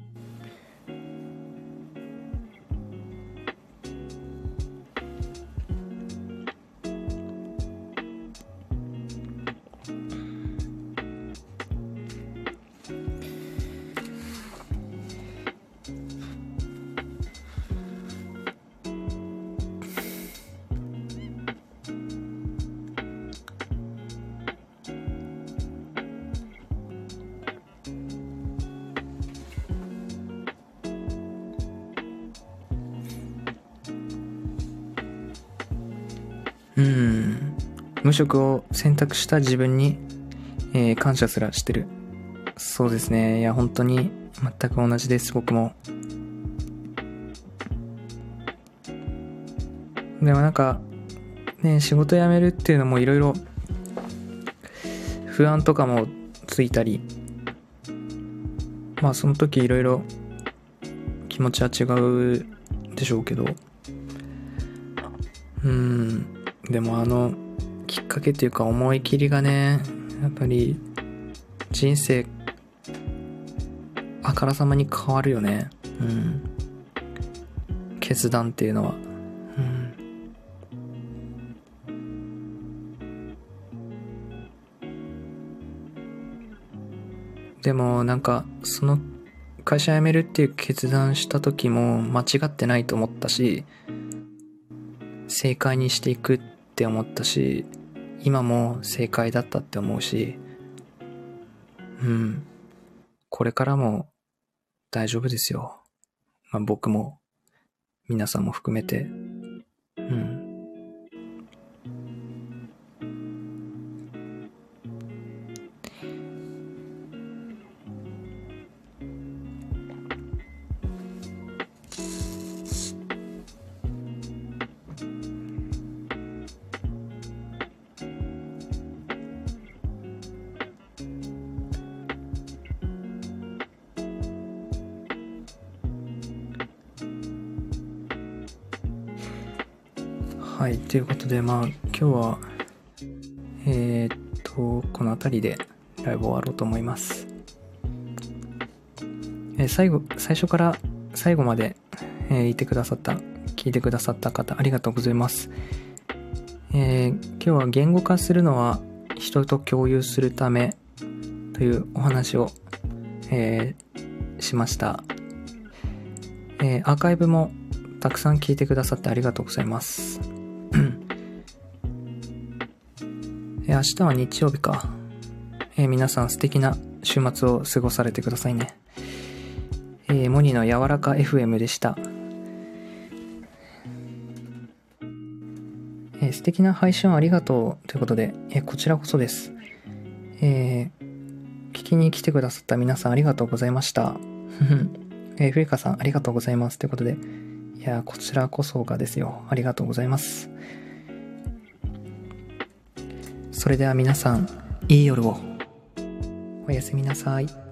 うん、無職を選択した自分に、えー、感謝すらしてる。そうですね。いや本当に全く同じです。僕も。でもなんかね、仕事辞めるっていうのもいろいろ不安とかもついたり、まあその時いろいろ気持ちは違うでしょうけど、うんでもあのきっかけっていうか思い切りがね、やっぱり人生あからさまに変わるよね。うん。決断っていうのは。うん。でもなんかその会社辞めるっていう決断した時も間違ってないと思ったし、正解にしていくって思ったし、今も正解だったって思うし、うん、これからも大丈夫ですよ。まあ、僕も皆さんも含めて、うん。はい、ということで、まあ今日はえー、っとこの辺りでライブ終わろうと思います。えー、最後最初から最後まで、えー、いてくださった聞いてくださった方ありがとうございます。えー、今日は言語化するのは人と共有するためというお話を、えー、しました。えー、アーカイブもたくさん聞いてくださってありがとうございます。えー、明日は日曜日か。えー、皆さん素敵な週末を過ごされてくださいね。えー、モニの柔らか エフエム でした。えー、素敵な配信をありがとうということで、えー、こちらこそです。えー、聞きに来てくださった皆さんありがとうございました。えー、ふゆかさんありがとうございますということで、いやこちらこそがですよ。ありがとうございます。それでは皆さんいい夜を。おやすみなさい。